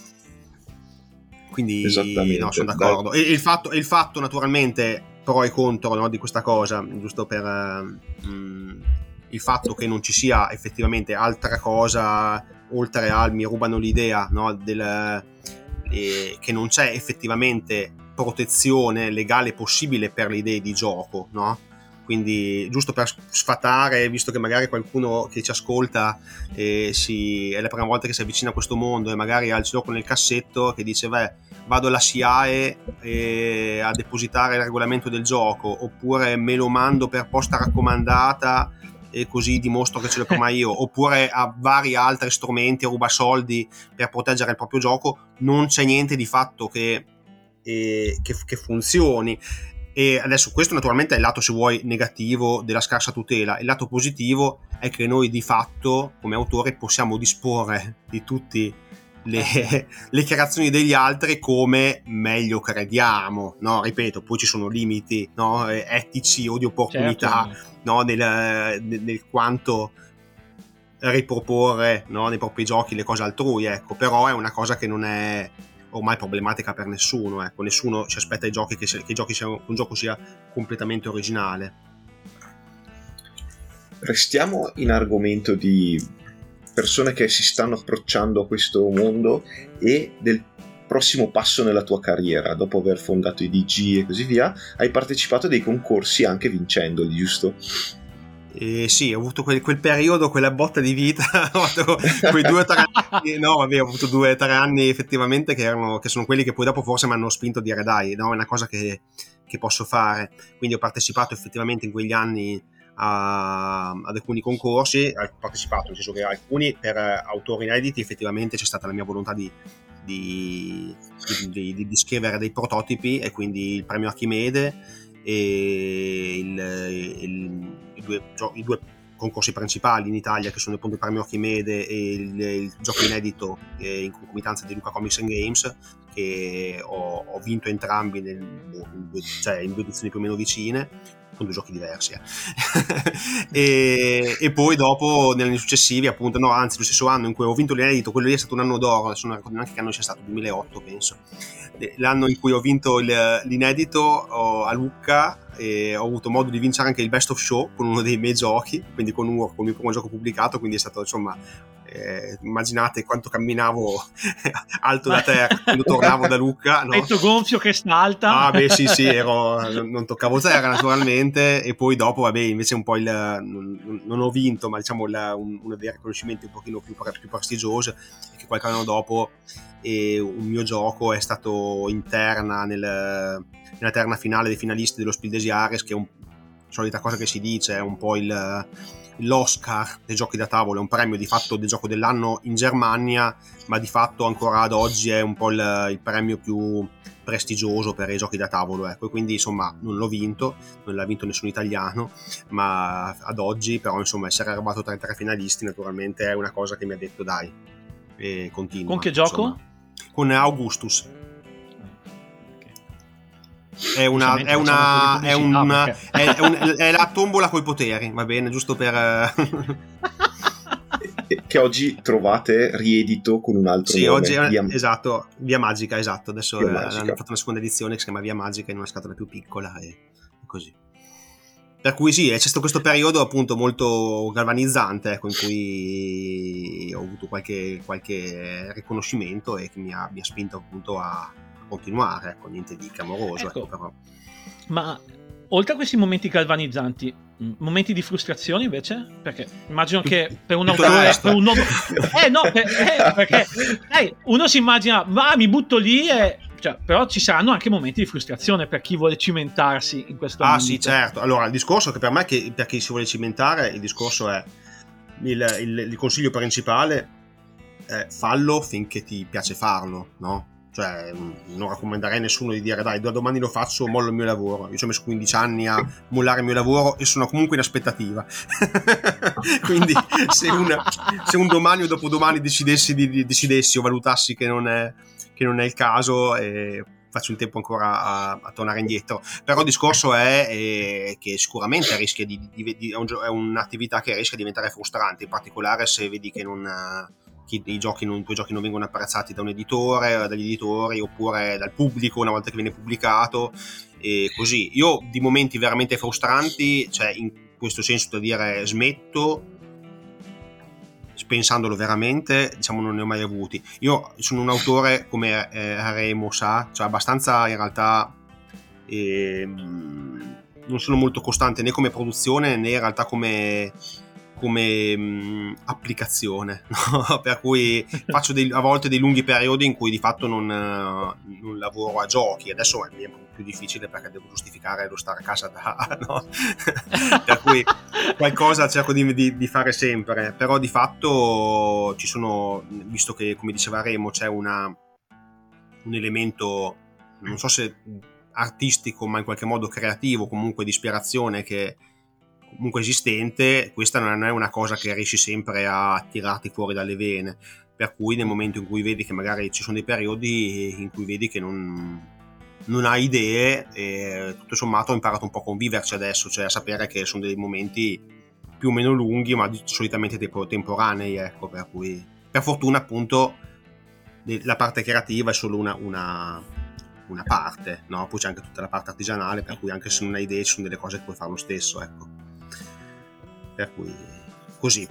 Quindi no, sono d'accordo. E il fatto naturalmente pro e contro, no, di questa cosa, giusto per il fatto che non ci sia effettivamente altra cosa oltre al mi rubano l'idea, no, che non c'è effettivamente protezione legale possibile per le idee di gioco, no? Quindi giusto per sfatare, visto che magari qualcuno che ci ascolta è la prima volta che si avvicina a questo mondo e magari ha il gioco nel cassetto, che dice vado alla SIAE a depositare il regolamento del gioco, oppure me lo mando per posta raccomandata e così dimostro che ce l'ho prima io, oppure a vari altri strumenti, ruba soldi per proteggere il proprio gioco. Non c'è niente di fatto che funzioni. E adesso questo naturalmente è il lato, se vuoi, negativo della scarsa tutela. Il lato positivo è che noi di fatto come autori possiamo disporre di tutti le creazioni degli altri come meglio crediamo, no? Ripeto, poi ci sono limiti, no, etici o di opportunità, certo, no, nel quanto riproporre, no, nei propri giochi le cose altrui, ecco. Però è una cosa che non è ormai problematica per nessuno, ecco. Nessuno si aspetta che un gioco sia completamente originale. Restiamo in argomento di persone che si stanno approcciando a questo mondo e del prossimo passo nella tua carriera. Dopo aver fondato i DG e così via, hai partecipato a dei concorsi anche vincendoli, giusto? Sì, ho avuto quel periodo, quella botta di vita, quei 2 o 3 anni, no vabbè, ho avuto 2 o 3 anni effettivamente che sono quelli che poi dopo forse mi hanno spinto a dire dai, no, è una cosa che posso fare. Quindi ho partecipato effettivamente in quegli anni ad alcuni concorsi, ho partecipato nel senso che alcuni per autori inediti, effettivamente c'è stata la mia volontà di scrivere dei prototipi, e quindi il premio Archimede e i due concorsi principali in Italia, che sono appunto il premio Archimede e il gioco inedito in concomitanza di Luca Comics and Games, che ho vinto entrambi in 2 edizioni più o meno vicine, con 2 giochi diversi e poi dopo negli anni successivi, appunto, no, anzi lo stesso anno in cui ho vinto l'inedito, quello lì è stato un anno d'oro, adesso non ricordo neanche che anno sia stato, 2008 penso, l'anno in cui ho vinto l'inedito a Lucca, e ho avuto modo di vincere anche il Best of Show con uno dei miei giochi, quindi con il mio primo gioco pubblicato, quindi è stato, insomma, immaginate quanto camminavo alto da terra quando tornavo da Lucca, no? Petto gonfio, cresta alta. Sì, non toccavo terra naturalmente. E poi dopo invece un po' non ho vinto, ma diciamo uno dei riconoscimenti un pochino più prestigiosi è che qualche anno dopo un mio gioco è stato interna nella terna finale dei finalisti dello Spiel des Jahres, che è solita cosa che si dice, è un po' l'Oscar dei giochi da tavolo, è un premio di fatto del gioco dell'anno in Germania, ma di fatto ancora ad oggi è un po' il premio più prestigioso per i giochi da tavolo, ecco. Quindi insomma non l'ho vinto, non l'ha vinto nessun italiano, ma ad oggi però insomma essere arrivato tra i 3 finalisti naturalmente è una cosa che mi ha detto dai, e continua. Con che gioco? Insomma. Con Augustus. È la tombola coi poteri, va bene, giusto per che oggi trovate riedito con un altro nome. Oggi esatto, Via Magica, esatto. Adesso hanno fatto una seconda edizione che si chiama Via Magica in una scatola più piccola e così. Per cui sì, c'è stato questo periodo appunto molto galvanizzante, ecco, in cui ho avuto qualche riconoscimento e che mi ha spinto appunto a continuare, ecco, niente di clamoroso, ecco, però. Ma oltre a questi momenti galvanizzanti, momenti di frustrazione invece? Perché immagino che per un autore, per un nuovo... perché uno si immagina, ma mi butto lì e... Cioè, però ci saranno anche momenti di frustrazione per chi vuole cimentarsi in questo ambito. Sì, certo. Allora, il discorso che per me, per chi si vuole cimentare, il discorso è il consiglio principale è fallo finché ti piace farlo, no? Cioè, non raccomanderei a nessuno di dire dai, da domani lo faccio, mollo il mio lavoro. Io ci ho messo 15 anni a mollare il mio lavoro e sono comunque in aspettativa. Quindi se un domani o dopodomani decidessi o valutassi che non è il caso, faccio il tempo ancora a tornare indietro. Però il discorso è che sicuramente rischia è un'attività che rischia di diventare frustrante, in particolare se vedi che i tuoi giochi non vengono apprezzati da un editore, dagli editori oppure dal pubblico una volta che viene pubblicato, e così. Io di momenti veramente frustranti, cioè in questo senso da dire smetto, pensandolo veramente, diciamo, non ne ho mai avuti. Io sono un autore, come Remo sa, cioè abbastanza in realtà non sono molto costante né come produzione né in realtà come applicazione, no? Per cui faccio a volte dei lunghi periodi in cui di fatto non lavoro a giochi. Adesso è un po' più difficile perché devo giustificare lo stare a casa no? Per cui qualcosa cerco di fare sempre, però di fatto ci sono, visto che come diceva Remo c'è un elemento, non so se artistico ma in qualche modo creativo, comunque di ispirazione che comunque esistente, questa non è una cosa che riesci sempre a tirarti fuori dalle vene, per cui nel momento in cui vedi che magari ci sono dei periodi in cui vedi che non hai idee, e tutto sommato ho imparato un po' a conviverci adesso, cioè a sapere che sono dei momenti più o meno lunghi ma solitamente temporanei, ecco, per cui per fortuna appunto la parte creativa è solo una parte, no? Poi c'è anche tutta la parte artigianale, per cui anche se non hai idee ci sono delle cose che puoi fare lo stesso, ecco. Per cui così.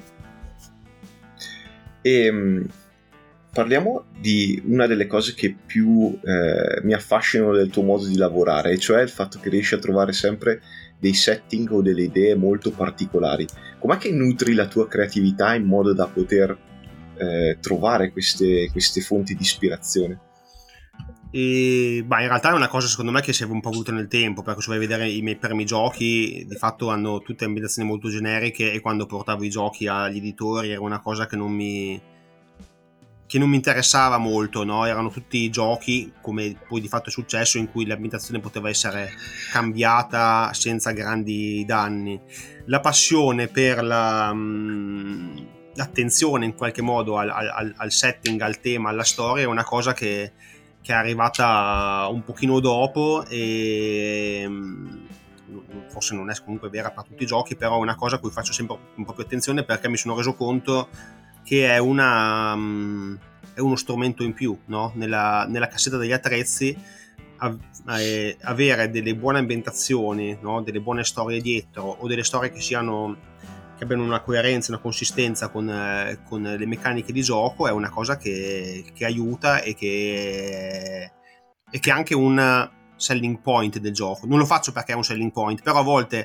E parliamo di una delle cose che più mi affascinano del tuo modo di lavorare, cioè il fatto che riesci a trovare sempre dei setting o delle idee molto particolari. Com'è che nutri la tua creatività in modo da poter trovare queste fonti di ispirazione? In realtà è una cosa secondo me che si è un po' avuto nel tempo, perché se vai a vedere i miei primi giochi di fatto hanno tutte ambientazioni molto generiche e quando portavo i giochi agli editori era una cosa che non mi interessava molto, no? Erano tutti giochi, come poi di fatto è successo, in cui l'ambientazione poteva essere cambiata senza grandi danni. La passione per l'attenzione in qualche modo al setting, al tema, alla storia è una cosa che è arrivata un pochino dopo e forse non è comunque vera per tutti i giochi, però è una cosa a cui faccio sempre un po' più attenzione perché mi sono reso conto che è uno strumento in più, no? Nella cassetta degli attrezzi avere delle buone ambientazioni, no? Delle buone storie dietro o delle storie che abbiano una coerenza, una consistenza con le meccaniche di gioco è una cosa che aiuta e che è anche un selling point del gioco. Non lo faccio perché è un selling point, però a volte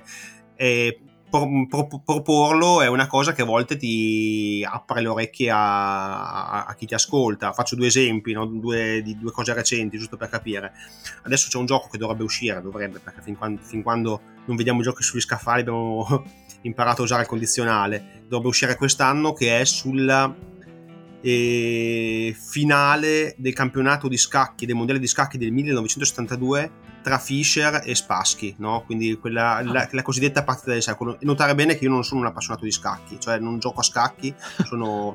proporlo è una cosa che a volte ti apre le orecchie a chi ti ascolta. Faccio due esempi, no? due cose recenti, giusto per capire. Adesso c'è un gioco che dovrebbe uscire, perché fin quando non vediamo i giochi sugli scaffali abbiamo imparato a usare il condizionale. Dovrebbe uscire quest'anno, che è sulla finale del campionato di scacchi, del mondiale di scacchi del 1972 tra Fischer e Spassky, no? Quindi la cosiddetta partita del secolo. E notare bene che io non sono un appassionato di scacchi, cioè non gioco a scacchi, so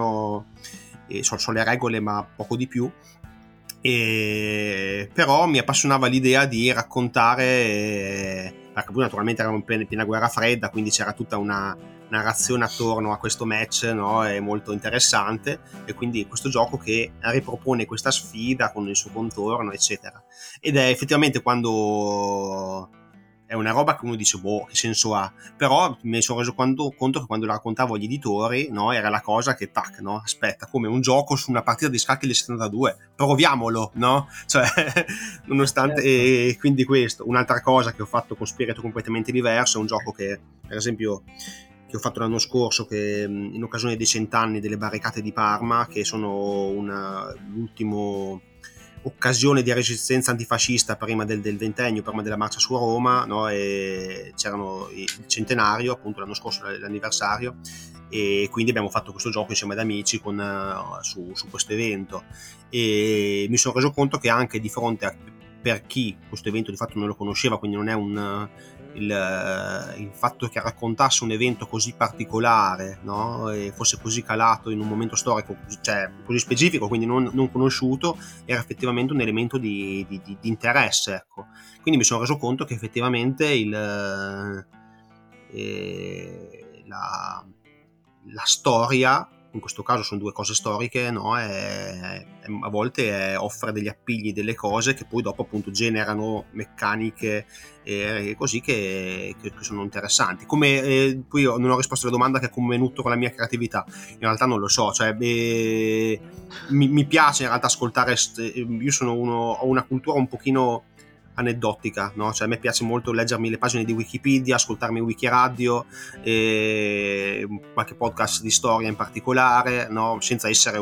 le regole ma poco di più. Però mi appassionava l'idea di raccontare, perché poi naturalmente eravamo in piena guerra fredda, quindi c'era tutta una narrazione attorno a questo match, no? È molto interessante, e quindi questo gioco che ripropone questa sfida con il suo contorno eccetera, ed è effettivamente, quando è una roba che uno dice boh, che senso ha, però mi sono reso conto che quando la raccontavo agli editori, no, era la cosa che tac, no, aspetta, come un gioco su una partita di scacchi del 72, proviamolo, no, cioè nonostante e quindi questo. Un'altra cosa che ho fatto con spirito completamente diverso è un gioco che, per esempio, che ho fatto l'anno scorso, che in occasione dei 100 anni delle barricate di Parma, che sono l'ultimo occasione di resistenza antifascista prima del ventennio, prima della marcia su Roma, no? E c'erano il centenario, appunto l'anno scorso l'anniversario, e quindi abbiamo fatto questo gioco insieme ad amici su questo evento, e mi sono reso conto che anche di fronte a, per chi questo evento di fatto non lo conosceva, quindi non è il fatto che raccontasse un evento così particolare, no? E fosse così calato in un momento storico, cioè così specifico, quindi non conosciuto, era effettivamente un elemento di interesse, ecco. Quindi mi sono reso conto che effettivamente la storia, in questo caso sono due cose storiche, no? A volte offre degli appigli, delle cose che poi dopo appunto generano meccaniche e così che sono interessanti. Come poi io non ho risposto alla domanda che come nutro la mia creatività, in realtà non lo so, cioè mi piace in realtà ascoltare, io ho una cultura un pochino aneddotica, no? Cioè a me piace molto leggermi le pagine di Wikipedia, ascoltarmi Wikiradio, qualche podcast di storia in particolare, no? Senza essere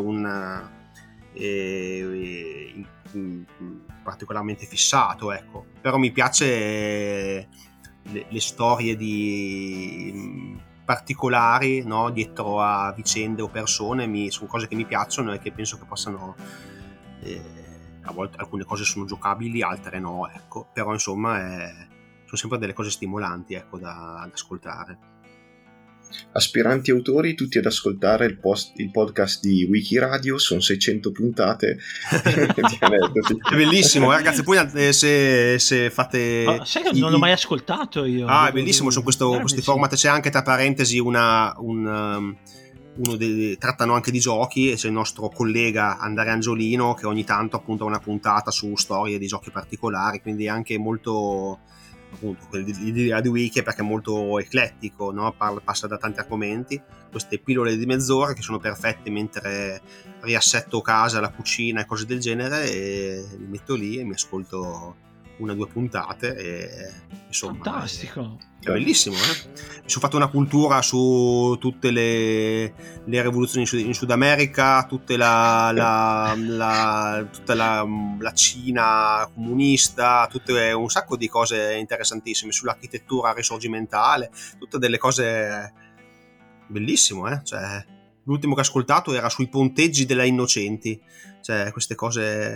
particolarmente fissato, ecco. Però mi piace le storie di particolari, no? Dietro a vicende o persone, sono cose che mi piacciono e che penso che possano a volte alcune cose sono giocabili, altre no, ecco. Però insomma sono sempre delle cose stimolanti, ecco, da ascoltare. Aspiranti autori, tutti ad ascoltare il podcast di Wikiradio, sono 600 puntate di aneddoti. È bellissimo, ragazzi. Poi se fate, ma sai che non l'ho mai ascoltato io. È bellissimo, sono questi format. C'è anche tra parentesi trattano anche di giochi, e c'è il nostro collega Andrea Angiolino che ogni tanto appunto ha una puntata su storie di giochi particolari, quindi è anche molto, appunto, l'idea di Wiki, perché è molto eclettico, no? Passa da tanti argomenti, queste pillole di mezz'ora che sono perfette mentre riassetto casa, la cucina e cose del genere, e mi metto lì e mi ascolto 1 o 2 puntate e insomma fantastico, è bellissimo, mi sono fatto una cultura su tutte le rivoluzioni in Sud America, tutta la Cina comunista, tutte un sacco di cose interessantissime, sull'architettura risorgimentale, tutte delle cose bellissimo, cioè l'ultimo che ho ascoltato era sui ponteggi della Innocenti, cioè queste cose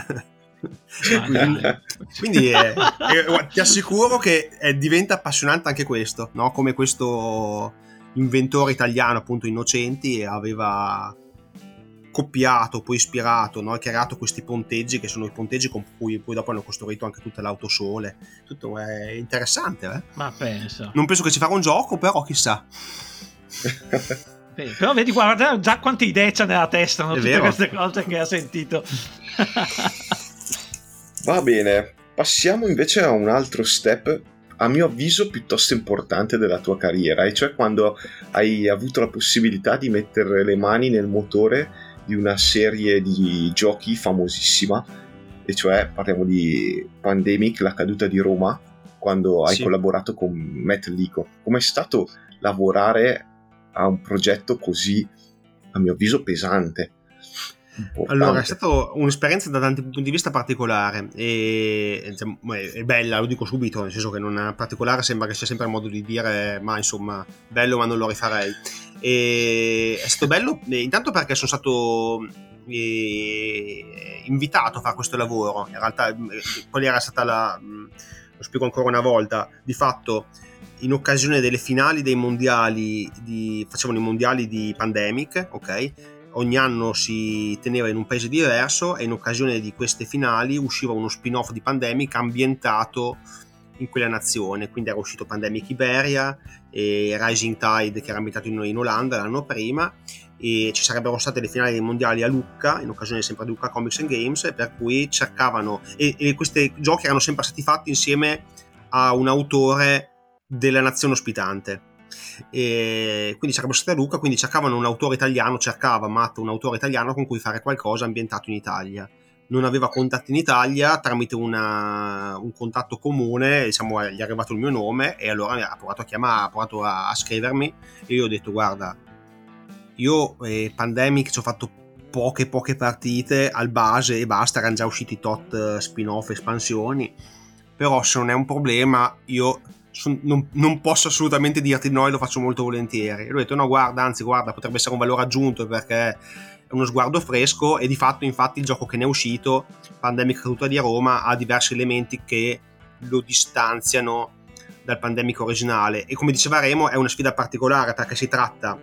quindi ti assicuro che diventa appassionante anche questo, no? Come questo inventore italiano, appunto, Innocenti, aveva copiato, poi ispirato, no? E creato questi ponteggi che sono i ponteggi con cui poi dopo hanno costruito anche tutte le autosole. Tutto è interessante, ma penso, non penso che ci farà un gioco, però chissà. Però vedi, guarda già quante idee c'ha nella testa, no? Tutte vero. Queste cose che ha sentito. Va bene, passiamo invece a un altro step, a mio avviso piuttosto importante della tua carriera, e cioè quando hai avuto la possibilità di mettere le mani nel motore di una serie di giochi famosissima, e cioè parliamo di Pandemic, la caduta di Roma, quando hai collaborato con Matt Lico. Com'è stato lavorare a un progetto così, a mio avviso, pesante? importante. Allora, è stata un'esperienza da tanti punti di vista particolare e è bella, lo dico subito, nel senso che non è particolare, sembra che sia sempre il modo di dire, ma insomma, bello ma non lo rifarei. E è stato bello intanto perché sono stato invitato a fare questo lavoro. In realtà poi era stata lo spiego ancora una volta, di fatto in occasione delle finali dei mondiali facevano i mondiali di Pandemic, ok? Ogni anno si teneva in un paese diverso e in occasione di queste finali usciva uno spin-off di Pandemic ambientato in quella nazione, quindi era uscito Pandemic Iberia e Rising Tide che era ambientato in Olanda l'anno prima, e ci sarebbero state le finali dei mondiali a Lucca in occasione sempre di Lucca Comics and Games, per cui cercavano e questi giochi erano sempre stati fatti insieme a un autore della nazione ospitante, e quindi sarebbero state a Lucca, quindi cercavano un autore italiano, un autore italiano con cui fare qualcosa ambientato in Italia. Non aveva contatti in Italia, tramite un contatto comune, diciamo, gli è arrivato il mio nome e allora ha provato a chiamare, ha provato a scrivermi e io ho detto: guarda, io Pandemic ci ho fatto poche partite al base e basta, erano già usciti tot spin-off, espansioni, però se non è un problema io non posso assolutamente dirti no e lo faccio molto volentieri. E lui ha detto: no, guarda, potrebbe essere un valore aggiunto perché è uno sguardo fresco, e di fatto infatti il gioco che ne è uscito, Pandemic Caduta di Roma, ha diversi elementi che lo distanziano dal Pandemic originale, e come diceva Remo è una sfida particolare perché si tratta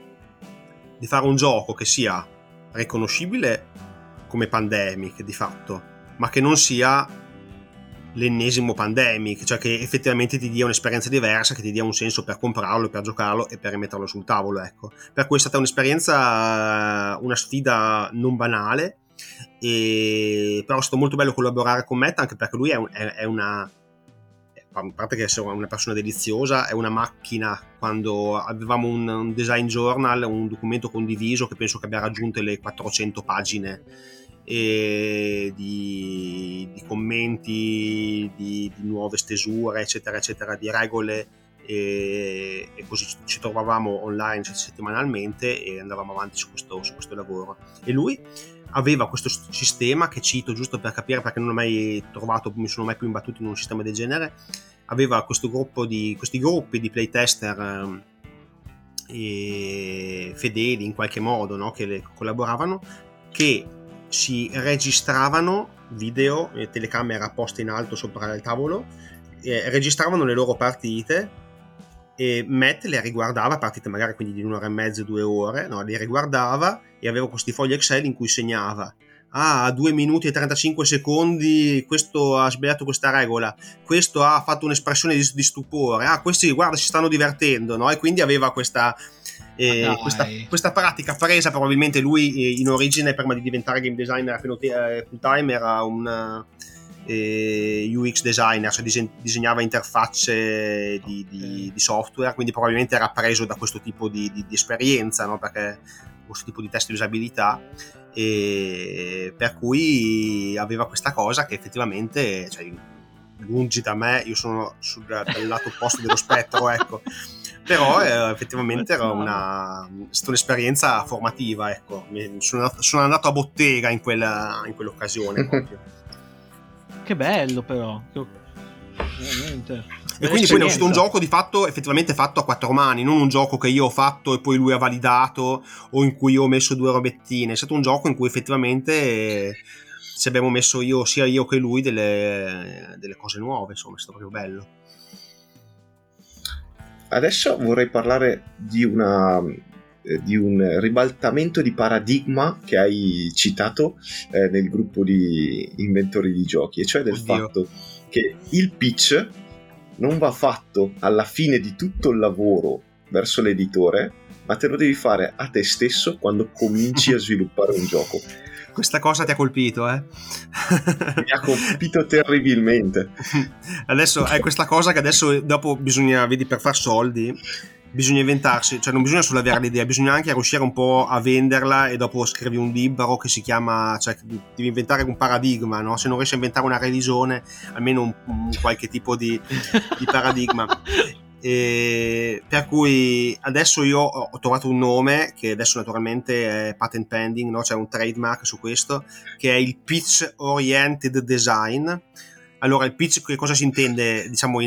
di fare un gioco che sia riconoscibile come Pandemic di fatto, ma che non sia l'ennesimo Pandemic, cioè che effettivamente ti dia un'esperienza diversa, che ti dia un senso per comprarlo, per giocarlo e per rimetterlo sul tavolo, ecco. Per cui è stata un'esperienza, una sfida non banale, però è stato molto bello collaborare con Matt, anche perché lui è una, a parte che è una persona deliziosa, è una macchina. Quando avevamo un design journal, un documento condiviso che penso che abbia raggiunto le 400 pagine e di commenti, di nuove stesure, eccetera eccetera, di regole, e così ci trovavamo online settimanalmente e andavamo avanti su questo lavoro. E lui aveva questo sistema che cito giusto per capire, perché non ho mai trovato, mi sono mai più imbattuto in un sistema del genere. Aveva questi gruppi di playtester fedeli in qualche modo, no? Che collaboravano, che si registravano video, telecamera posta in alto sopra il tavolo, registravano le loro partite e Matt le riguardava, partite magari quindi di 1 ora e mezza, 2 ore, no? Le riguardava e aveva questi fogli Excel in cui segnava: a 2 minuti e 35 secondi questo ha sbagliato questa regola, questo ha fatto un'espressione di stupore, questi guarda si stanno divertendo, no? E quindi aveva questa pratica presa, probabilmente lui in origine prima di diventare game designer full time era un UX designer, cioè disegnava interfacce di software, quindi probabilmente era preso da questo tipo di esperienza, no? Perché questo tipo di test di usabilità, e per cui aveva questa cosa che effettivamente, cioè, lungi da me, io sono dal lato opposto dello spettro, ecco, però effettivamente era stata un'esperienza formativa, ecco. Sono andato a bottega in quell'occasione proprio. Che bello, però, veramente. E quindi è uscito un gioco di fatto effettivamente fatto a 4 mani, non un gioco che io ho fatto e poi lui ha validato o in cui io ho messo 2 robettine. È stato un gioco in cui effettivamente ci abbiamo messo sia io che lui delle cose nuove, insomma è stato proprio bello. Adesso vorrei parlare di un ribaltamento di paradigma che hai citato nel gruppo di inventori di giochi, e cioè del fatto che il pitch non va fatto alla fine di tutto il lavoro verso l'editore, ma te lo devi fare a te stesso quando cominci a sviluppare un gioco. Questa cosa ti ha colpito, eh? Mi ha colpito terribilmente. Adesso è questa cosa che adesso dopo bisogna, vedi, per far soldi bisogna inventarsi, cioè non bisogna solo avere l'idea, bisogna anche riuscire un po' a venderla, e dopo scrivi un libro che si chiama, cioè devi inventare un paradigma, no? Se non riesci a inventare una religione, almeno un qualche tipo di paradigma. Per cui adesso io ho trovato un nome che adesso naturalmente è patent pending, no? C'è un trademark su questo, che è il Pitch Oriented Design. Allora, il pitch, che cosa si intende? Diciamo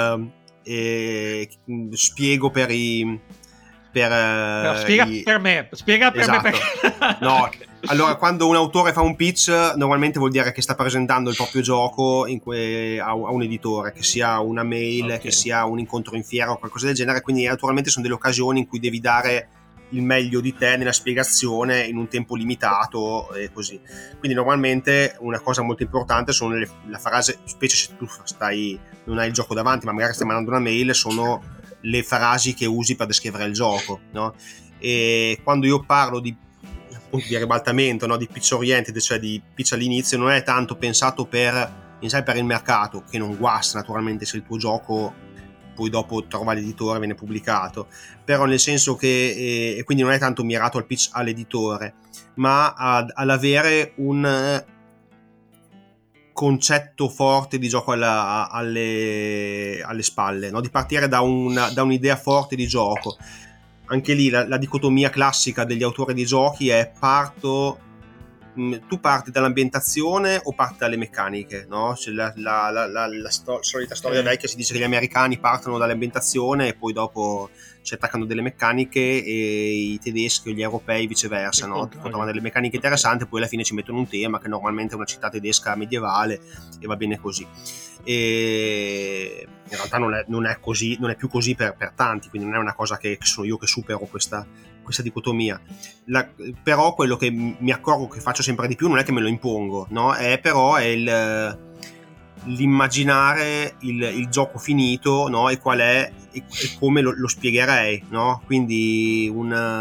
spiego per i... spiega me esatto. perché... No, allora quando un autore fa un pitch normalmente vuol dire che sta presentando il proprio gioco a un editore, che sia una mail, Okay. che sia un incontro in fiera o qualcosa del genere, quindi naturalmente sono delle occasioni in cui devi dare il meglio di te nella spiegazione in un tempo limitato e così. Quindi normalmente una cosa molto importante sono la frase, specie se tu non hai il gioco davanti ma magari stai mandando una mail, sono le frasi che usi per descrivere il gioco, no? E quando io parlo di ribaltamento, no? Di pitch oriented, cioè di pitch all'inizio, non è tanto pensato per il mercato, che non guasta naturalmente se il tuo gioco poi dopo trova l'editore e viene pubblicato, però nel senso che e quindi non è tanto mirato al pitch all'editore, ma all'avere un concetto forte di gioco alle spalle, no? Di partire da un'idea forte di gioco. Anche lì la dicotomia classica degli autori di giochi è tu parti dall'ambientazione o parti dalle meccaniche, no? C'è la solita storia vecchia, si dice che gli americani partono dall'ambientazione e poi dopo ci attaccano delle meccaniche, e i tedeschi o gli europei viceversa, no? Trovano delle meccaniche interessanti e poi alla fine ci mettono un tema che normalmente è una città tedesca medievale e va bene così. E in realtà non è così, non è più così per tanti, quindi non è una cosa che sono io che supero questa dicotomia. Però quello che mi accorgo che faccio sempre di più non è che me lo impongo, no? È l'immaginare il gioco finito, no? E qual è e come lo spiegherei, no? Quindi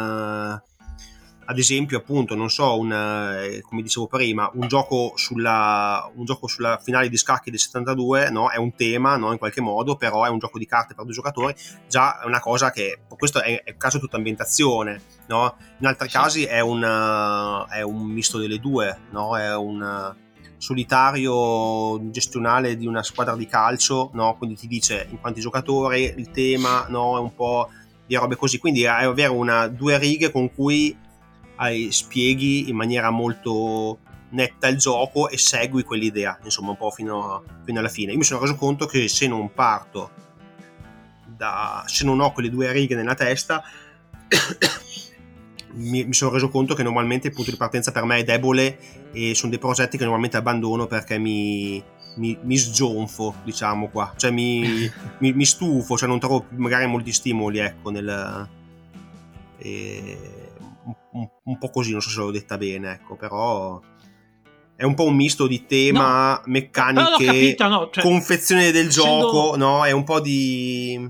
ad esempio, appunto, non so, come dicevo prima, un gioco sulla finale di scacchi del 72, no? È un tema, no? In qualche modo, però è un gioco di carte per 2 giocatori, già è una cosa che, questo è un caso tutta ambientazione, no? In altri casi è un misto delle due, no? È un solitario gestionale di una squadra di calcio, no? Quindi ti dice in quanti giocatori, il tema, no? È un po' di robe così, quindi è avere 2 righe con cui spieghi in maniera molto netta il gioco e segui quell'idea, insomma, un po' fino alla fine. Io mi sono reso conto che se non ho quelle 2 righe nella testa mi sono reso conto che normalmente il punto di partenza per me è debole e sono dei progetti che normalmente abbandono perché mi sgionfo, diciamo qua, cioè mi stufo, cioè non trovo magari molti stimoli, ecco, un po' così, non so se l'ho detta bene, ecco, però è un po' un misto di tema, meccaniche, capita, no? Cioè, confezione del gioco, no? È un po' di...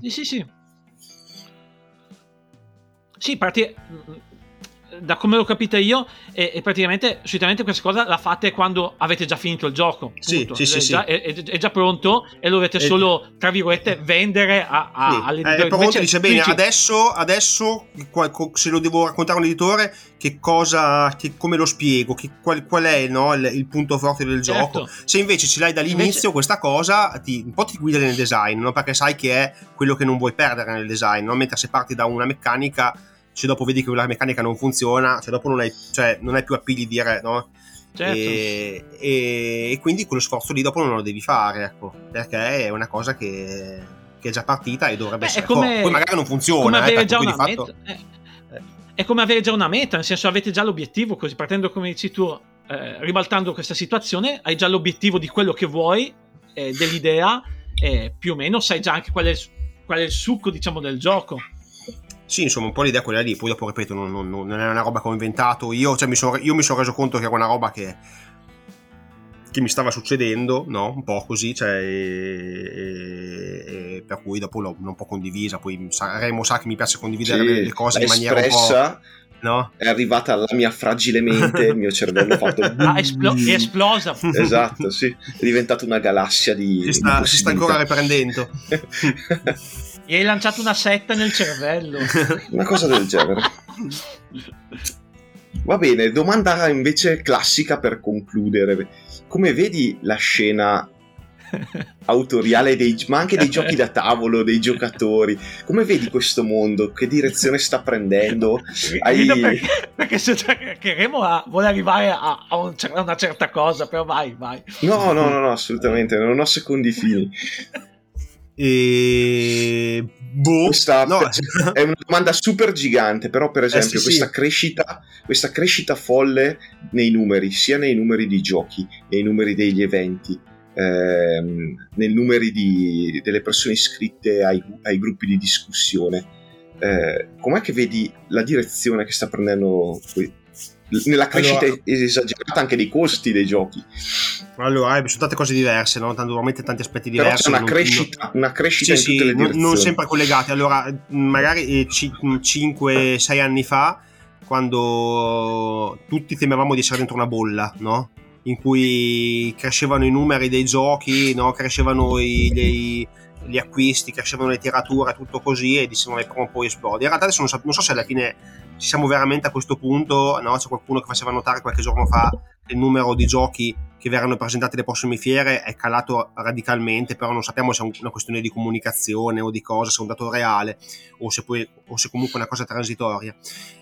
Sì, da come l'ho capita io, e praticamente solitamente questa cosa la fate quando avete già finito il gioco. Sì. È già pronto e lo dovete solo, tra virgolette, vendere all'editore. Però invece, dice bene, adesso se lo devo raccontare a un editore, come lo spiego, qual è, no, il punto forte del gioco. Se invece ce l'hai dall'inizio, questa cosa un po' ti guida nel design, no? Perché sai che è quello che non vuoi perdere nel design, no? Mentre se parti da una meccanica, se dopo vedi che quella meccanica non funziona, cioè dopo non hai più appigli di dire, no? Certo. E quindi quello sforzo lì dopo non lo devi fare, ecco, perché è una cosa che è già partita e dovrebbe essere poi magari non funziona, è come avere già una meta, nel senso avete già l'obiettivo, così partendo come dici tu, ribaltando questa situazione hai già l'obiettivo di quello che vuoi, dell'idea, più o meno sai già anche qual è il succo, diciamo, del gioco. Sì, insomma, un po' l'idea è quella lì. Poi dopo, ripeto, non è una roba che ho inventato io. Cioè, io mi sono reso conto che era una roba che mi stava succedendo, no? Un po' così, cioè, e per cui dopo l'ho un po' condivisa. Poi Remo sa che mi piace condividere le cose in maniera un po'... No? È arrivata alla mia fragile mente, il mio cervello ha fatto è esplosa. Esatto, sì, è diventata una galassia di si sta ancora riprendendo. Gli hai lanciato una setta nel cervello. Una cosa del genere. Va bene, domanda invece classica per concludere. Come vedi la scena autoriale ma anche dei giochi da tavolo, dei giocatori. Come vedi questo mondo? Che direzione sta prendendo? Perché se che Remo vuole arrivare a una certa cosa, però vai. No, assolutamente, non ho secondi fini. È una domanda super gigante, però per esempio questa crescita folle nei numeri, sia nei numeri di giochi, nei numeri degli eventi, nei numeri delle persone iscritte ai gruppi di discussione, com'è che vedi la direzione che sta prendendo nella crescita esagerata anche dei costi dei giochi? Allora, sono tante cose diverse, no? Veramente tanti aspetti diversi. Però c'è una crescita in tutte le direzioni. Non sempre collegate. Allora, magari 5-6 anni fa, quando tutti temevamo di essere dentro una bolla, no? In cui crescevano i numeri dei giochi, no? Crescevano gli acquisti, crescevano le tirature, tutto così, e dicevamo che prima o poi esplode. In realtà adesso non so se alla fine ci siamo veramente a questo punto, no? C'è qualcuno che faceva notare qualche giorno fa che il numero di giochi che verranno presentati alle prossime fiere è calato radicalmente, però non sappiamo se è una questione di comunicazione o di cosa, se è un dato reale o se comunque è una cosa transitoria.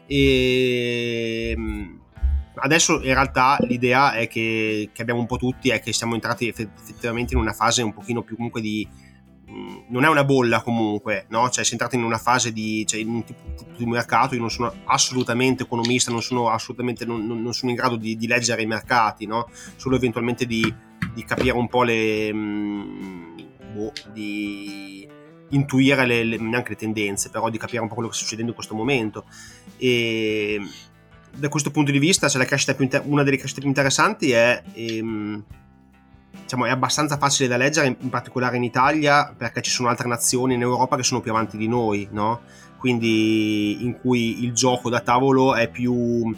E adesso in realtà l'idea è che abbiamo un po' tutti è che siamo entrati effettivamente in una fase un pochino più comunque non è una bolla comunque, no? Cioè si è entrato in una fase in un tipo di mercato. Io non sono assolutamente economista, non sono in grado di leggere i mercati, no? Solo eventualmente di capire un po' di intuire neanche le tendenze, però di capire un po' quello che sta succedendo in questo momento. E da questo punto di vista, cioè, una delle crescite più interessanti è è abbastanza facile da leggere, in particolare in Italia, perché ci sono altre nazioni in Europa che sono più avanti di noi, no? Quindi in cui il gioco da tavolo è più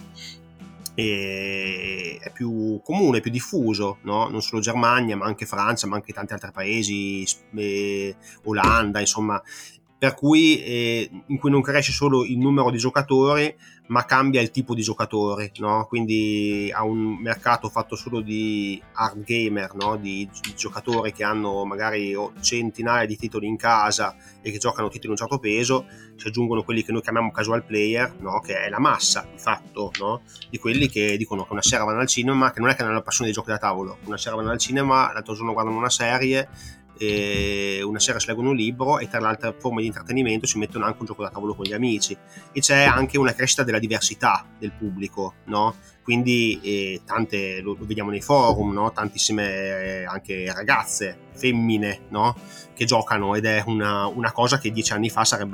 comune, più diffuso, no? Non solo Germania, ma anche Francia, ma anche tanti altri paesi, Olanda, insomma, per cui in cui non cresce solo il numero di giocatori, ma cambia il tipo di giocatore, no? Quindi ha un mercato fatto solo di hard gamer, no? Di giocatori che hanno magari centinaia di titoli in casa e che giocano titoli di un certo peso. Si aggiungono quelli che noi chiamiamo casual player, no? Che è la massa di fatto, no? Di quelli che dicono che una sera vanno al cinema, che non è che hanno la passione dei giochi da tavolo, una sera vanno al cinema, l'altro giorno guardano una serie, e una sera si leggono un libro, e tra le altre forme di intrattenimento si mettono anche un gioco da tavolo con gli amici. E c'è anche una crescita della diversità del pubblico, no? Quindi tante, lo vediamo nei forum, no? Tantissime anche ragazze, femmine, no? Che giocano, ed è una cosa che 10 anni fa sarebbe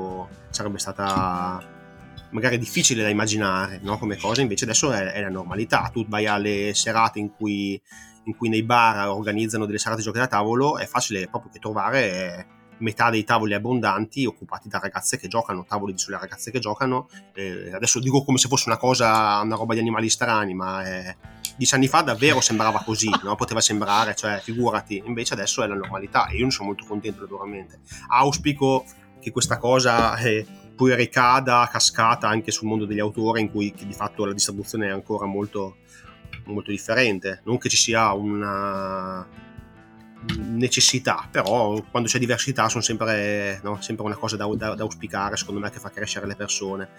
stata magari difficile da immaginare, no? Come cosa, invece adesso è la normalità. Tu vai alle serate in cui nei bar organizzano delle serate di giochi da tavolo, è facile proprio che trovare metà dei tavoli abbondanti occupati da ragazze che giocano, tavoli sulle ragazze che giocano. Adesso dico come se fosse una roba di animali strani, ma 10 anni fa davvero sembrava così, no? Poteva sembrare, cioè figurati, invece adesso è la normalità, e io ne sono molto contento naturalmente. Auspico che questa cosa poi ricada a cascata anche sul mondo degli autori, in cui di fatto la distribuzione è ancora molto molto differente. Non che ci sia una necessità, però quando c'è diversità sono sempre una cosa da auspicare, secondo me, che fa crescere le persone.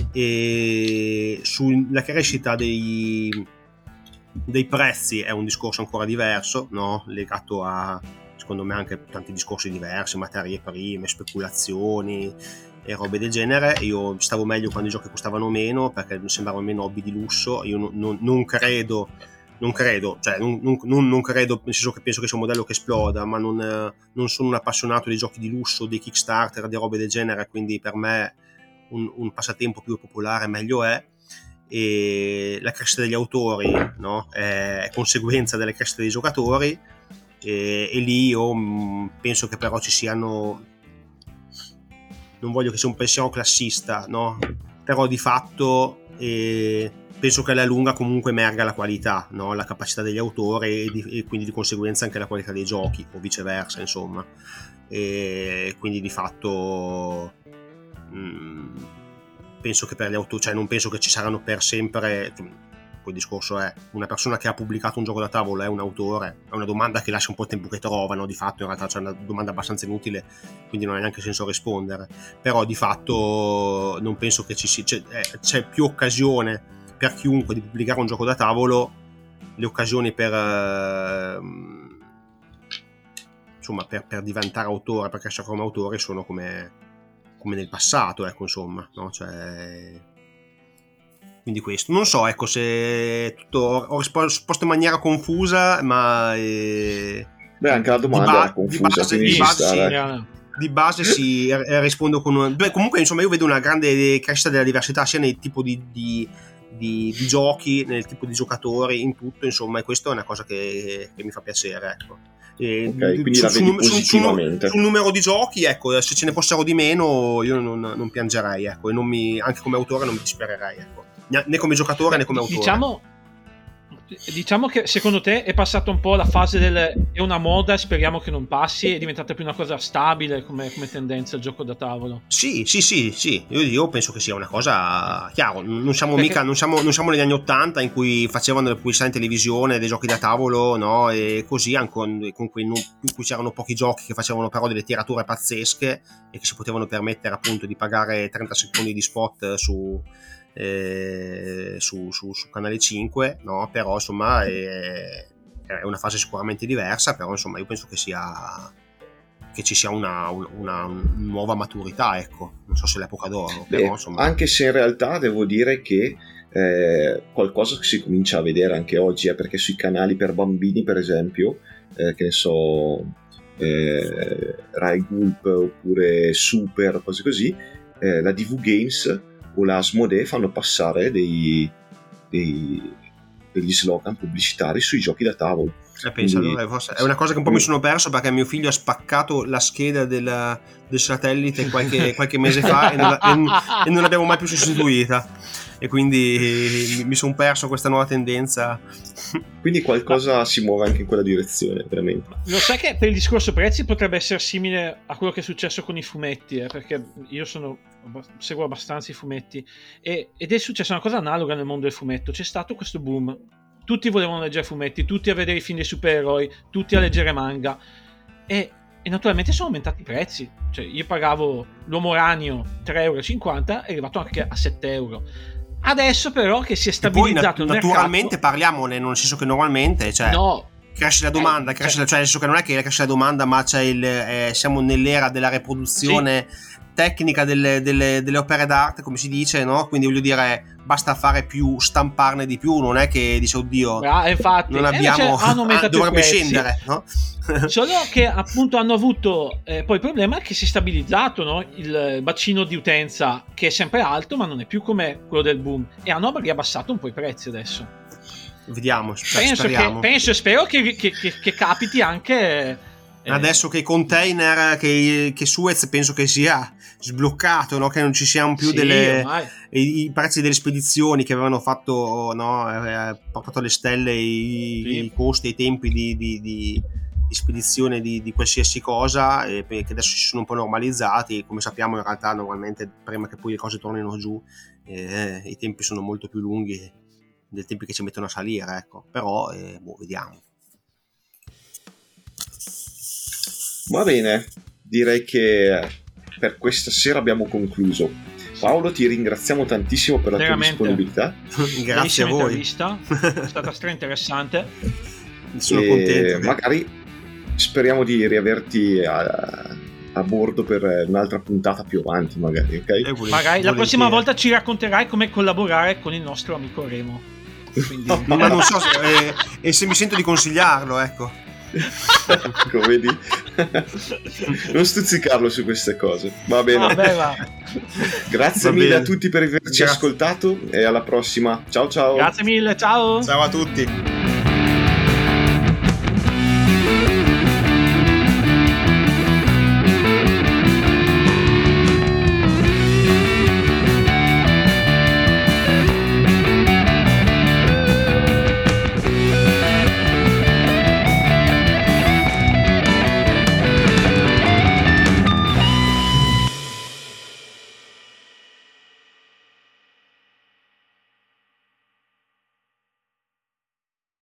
E sulla crescita dei prezzi è un discorso ancora diverso, no? Legato a, secondo me, anche tanti discorsi diversi, materie prime, speculazioni e robe del genere. Io stavo meglio quando i giochi costavano meno, perché mi sembravano meno hobby di lusso. Io non credo, nel senso che penso che sia un modello che esploda, ma non sono un appassionato di giochi di lusso, dei Kickstarter, di robe del genere, quindi per me un passatempo più popolare meglio è. E la crescita degli autori, no? È conseguenza delle crescite dei giocatori, e lì io penso che però ci siano, non voglio che sia un pensiero classista, no? Però di fatto penso che alla lunga comunque emerga la qualità, no? La capacità degli autori, e quindi di conseguenza anche la qualità dei giochi, o viceversa, insomma. E quindi di fatto penso che per gli autori, cioè non penso che ci saranno per sempre, poi il discorso è, una persona che ha pubblicato un gioco da tavolo è un autore? È una domanda che lascia un po' il tempo che trova, no? Di fatto in realtà c'è una domanda abbastanza inutile, quindi non ha neanche senso rispondere, però di fatto non penso che c'è più occasione per chiunque di pubblicare un gioco da tavolo. Le occasioni per insomma per diventare autore, per crescere come autore, sono come nel passato, ecco, insomma, no? Cioè, quindi questo, non so, ecco, se ho risposto in maniera confusa, ma anche la domanda era confusa, di base sì, rispondo con comunque, insomma, io vedo una grande crescita della diversità sia nel tipo di giochi, nel tipo di giocatori, in tutto, insomma, e questa è una cosa che mi fa piacere, ecco. Quindi la vedi positivamente. Sul numero di giochi, ecco, se ce ne fossero di meno io non piangerei, ecco, e anche come autore non mi dispererei, ecco, né come giocatore né come autore. Diciamo che secondo te è passata un po' la fase è una moda, speriamo che non passi, è diventata più una cosa stabile come tendenza il gioco da tavolo. Sì, io penso che sia una cosa, chiaro, non siamo negli anni 80 in cui facevano le pubblicità in televisione dei giochi da tavolo, no? E così anche in cui c'erano pochi giochi che facevano però delle tirature pazzesche e che si potevano permettere appunto di pagare 30 secondi di spot su Canale 5, no? Però insomma è una fase sicuramente diversa, però insomma io penso che ci sia una nuova maturità, ecco, non so se l'epoca d'oro, però insomma. Anche se in realtà devo dire che qualcosa che si comincia a vedere anche oggi, perché sui canali per bambini, per esempio, che ne so, Rai Gulp oppure Super, cose così, la DV Games o la Asmodee fanno passare degli slogan pubblicitari sui giochi da tavolo. Quindi, è una cosa che un po' mi sono perso, perché mio figlio ha spaccato la scheda del satellite qualche mese fa e non l'abbiamo mai più sostituita, e quindi mi sono perso questa nuova tendenza. Quindi qualcosa si muove anche in quella direzione, veramente. Lo sai che per il discorso prezzi potrebbe essere simile a quello che è successo con i fumetti, perché io seguo abbastanza i fumetti, ed è successa una cosa analoga nel mondo del fumetto. C'è stato questo boom, tutti volevano leggere fumetti, tutti a vedere i film dei supereroi, tutti a leggere manga, e naturalmente sono aumentati i prezzi. Cioè, io pagavo l'Uomo Ragno 3,50 €, è arrivato anche a 7 €. Adesso però che si è stabilizzato il mercato, naturalmente parliamone, nel senso che normalmente, cioè, cresce la domanda, cioè nel senso che non è che cresce la domanda, ma c'è siamo nell'era della riproduzione tecnica delle opere d'arte, come si dice, no? Quindi voglio dire, basta fare più, stamparne di più, non è che dice oddio, infatti, non abbiamo, dovrebbe scendere, no? Solo che appunto hanno avuto poi il problema è che si è stabilizzato, no? Il bacino di utenza, che è sempre alto ma non è più come quello del boom, e hanno riabbassato un po' i prezzi adesso. Vediamo, spero che capiti anche adesso che i container, che Suez penso che sia sbloccato, no? Che non ci siano più i prezzi delle spedizioni che avevano fatto, no? Portato alle stelle i costi e i tempi di spedizione di qualsiasi cosa, e che adesso si sono un po' normalizzati. Come sappiamo, in realtà normalmente prima che poi le cose tornino giù i tempi sono molto più lunghi dei tempi che ci mettono a salire, ecco. Però vediamo. Va bene, direi che per questa sera abbiamo concluso. Paolo, ti ringraziamo tantissimo per la tua disponibilità. Grazie a voi. È stata interessante. Sono contento. Magari speriamo di riaverti a bordo per un'altra puntata più avanti, magari, ok? Magari la prossima volta ci racconterai come collaborare con il nostro amico Remo. Quindi... Ma non so se mi sento di consigliarlo, ecco. Ecco, vedi? Non stuzzicarlo su queste cose. Va bene. Grazie mille a tutti per averci ascoltato, e alla prossima. Ciao ciao. Grazie mille, ciao. Ciao a tutti.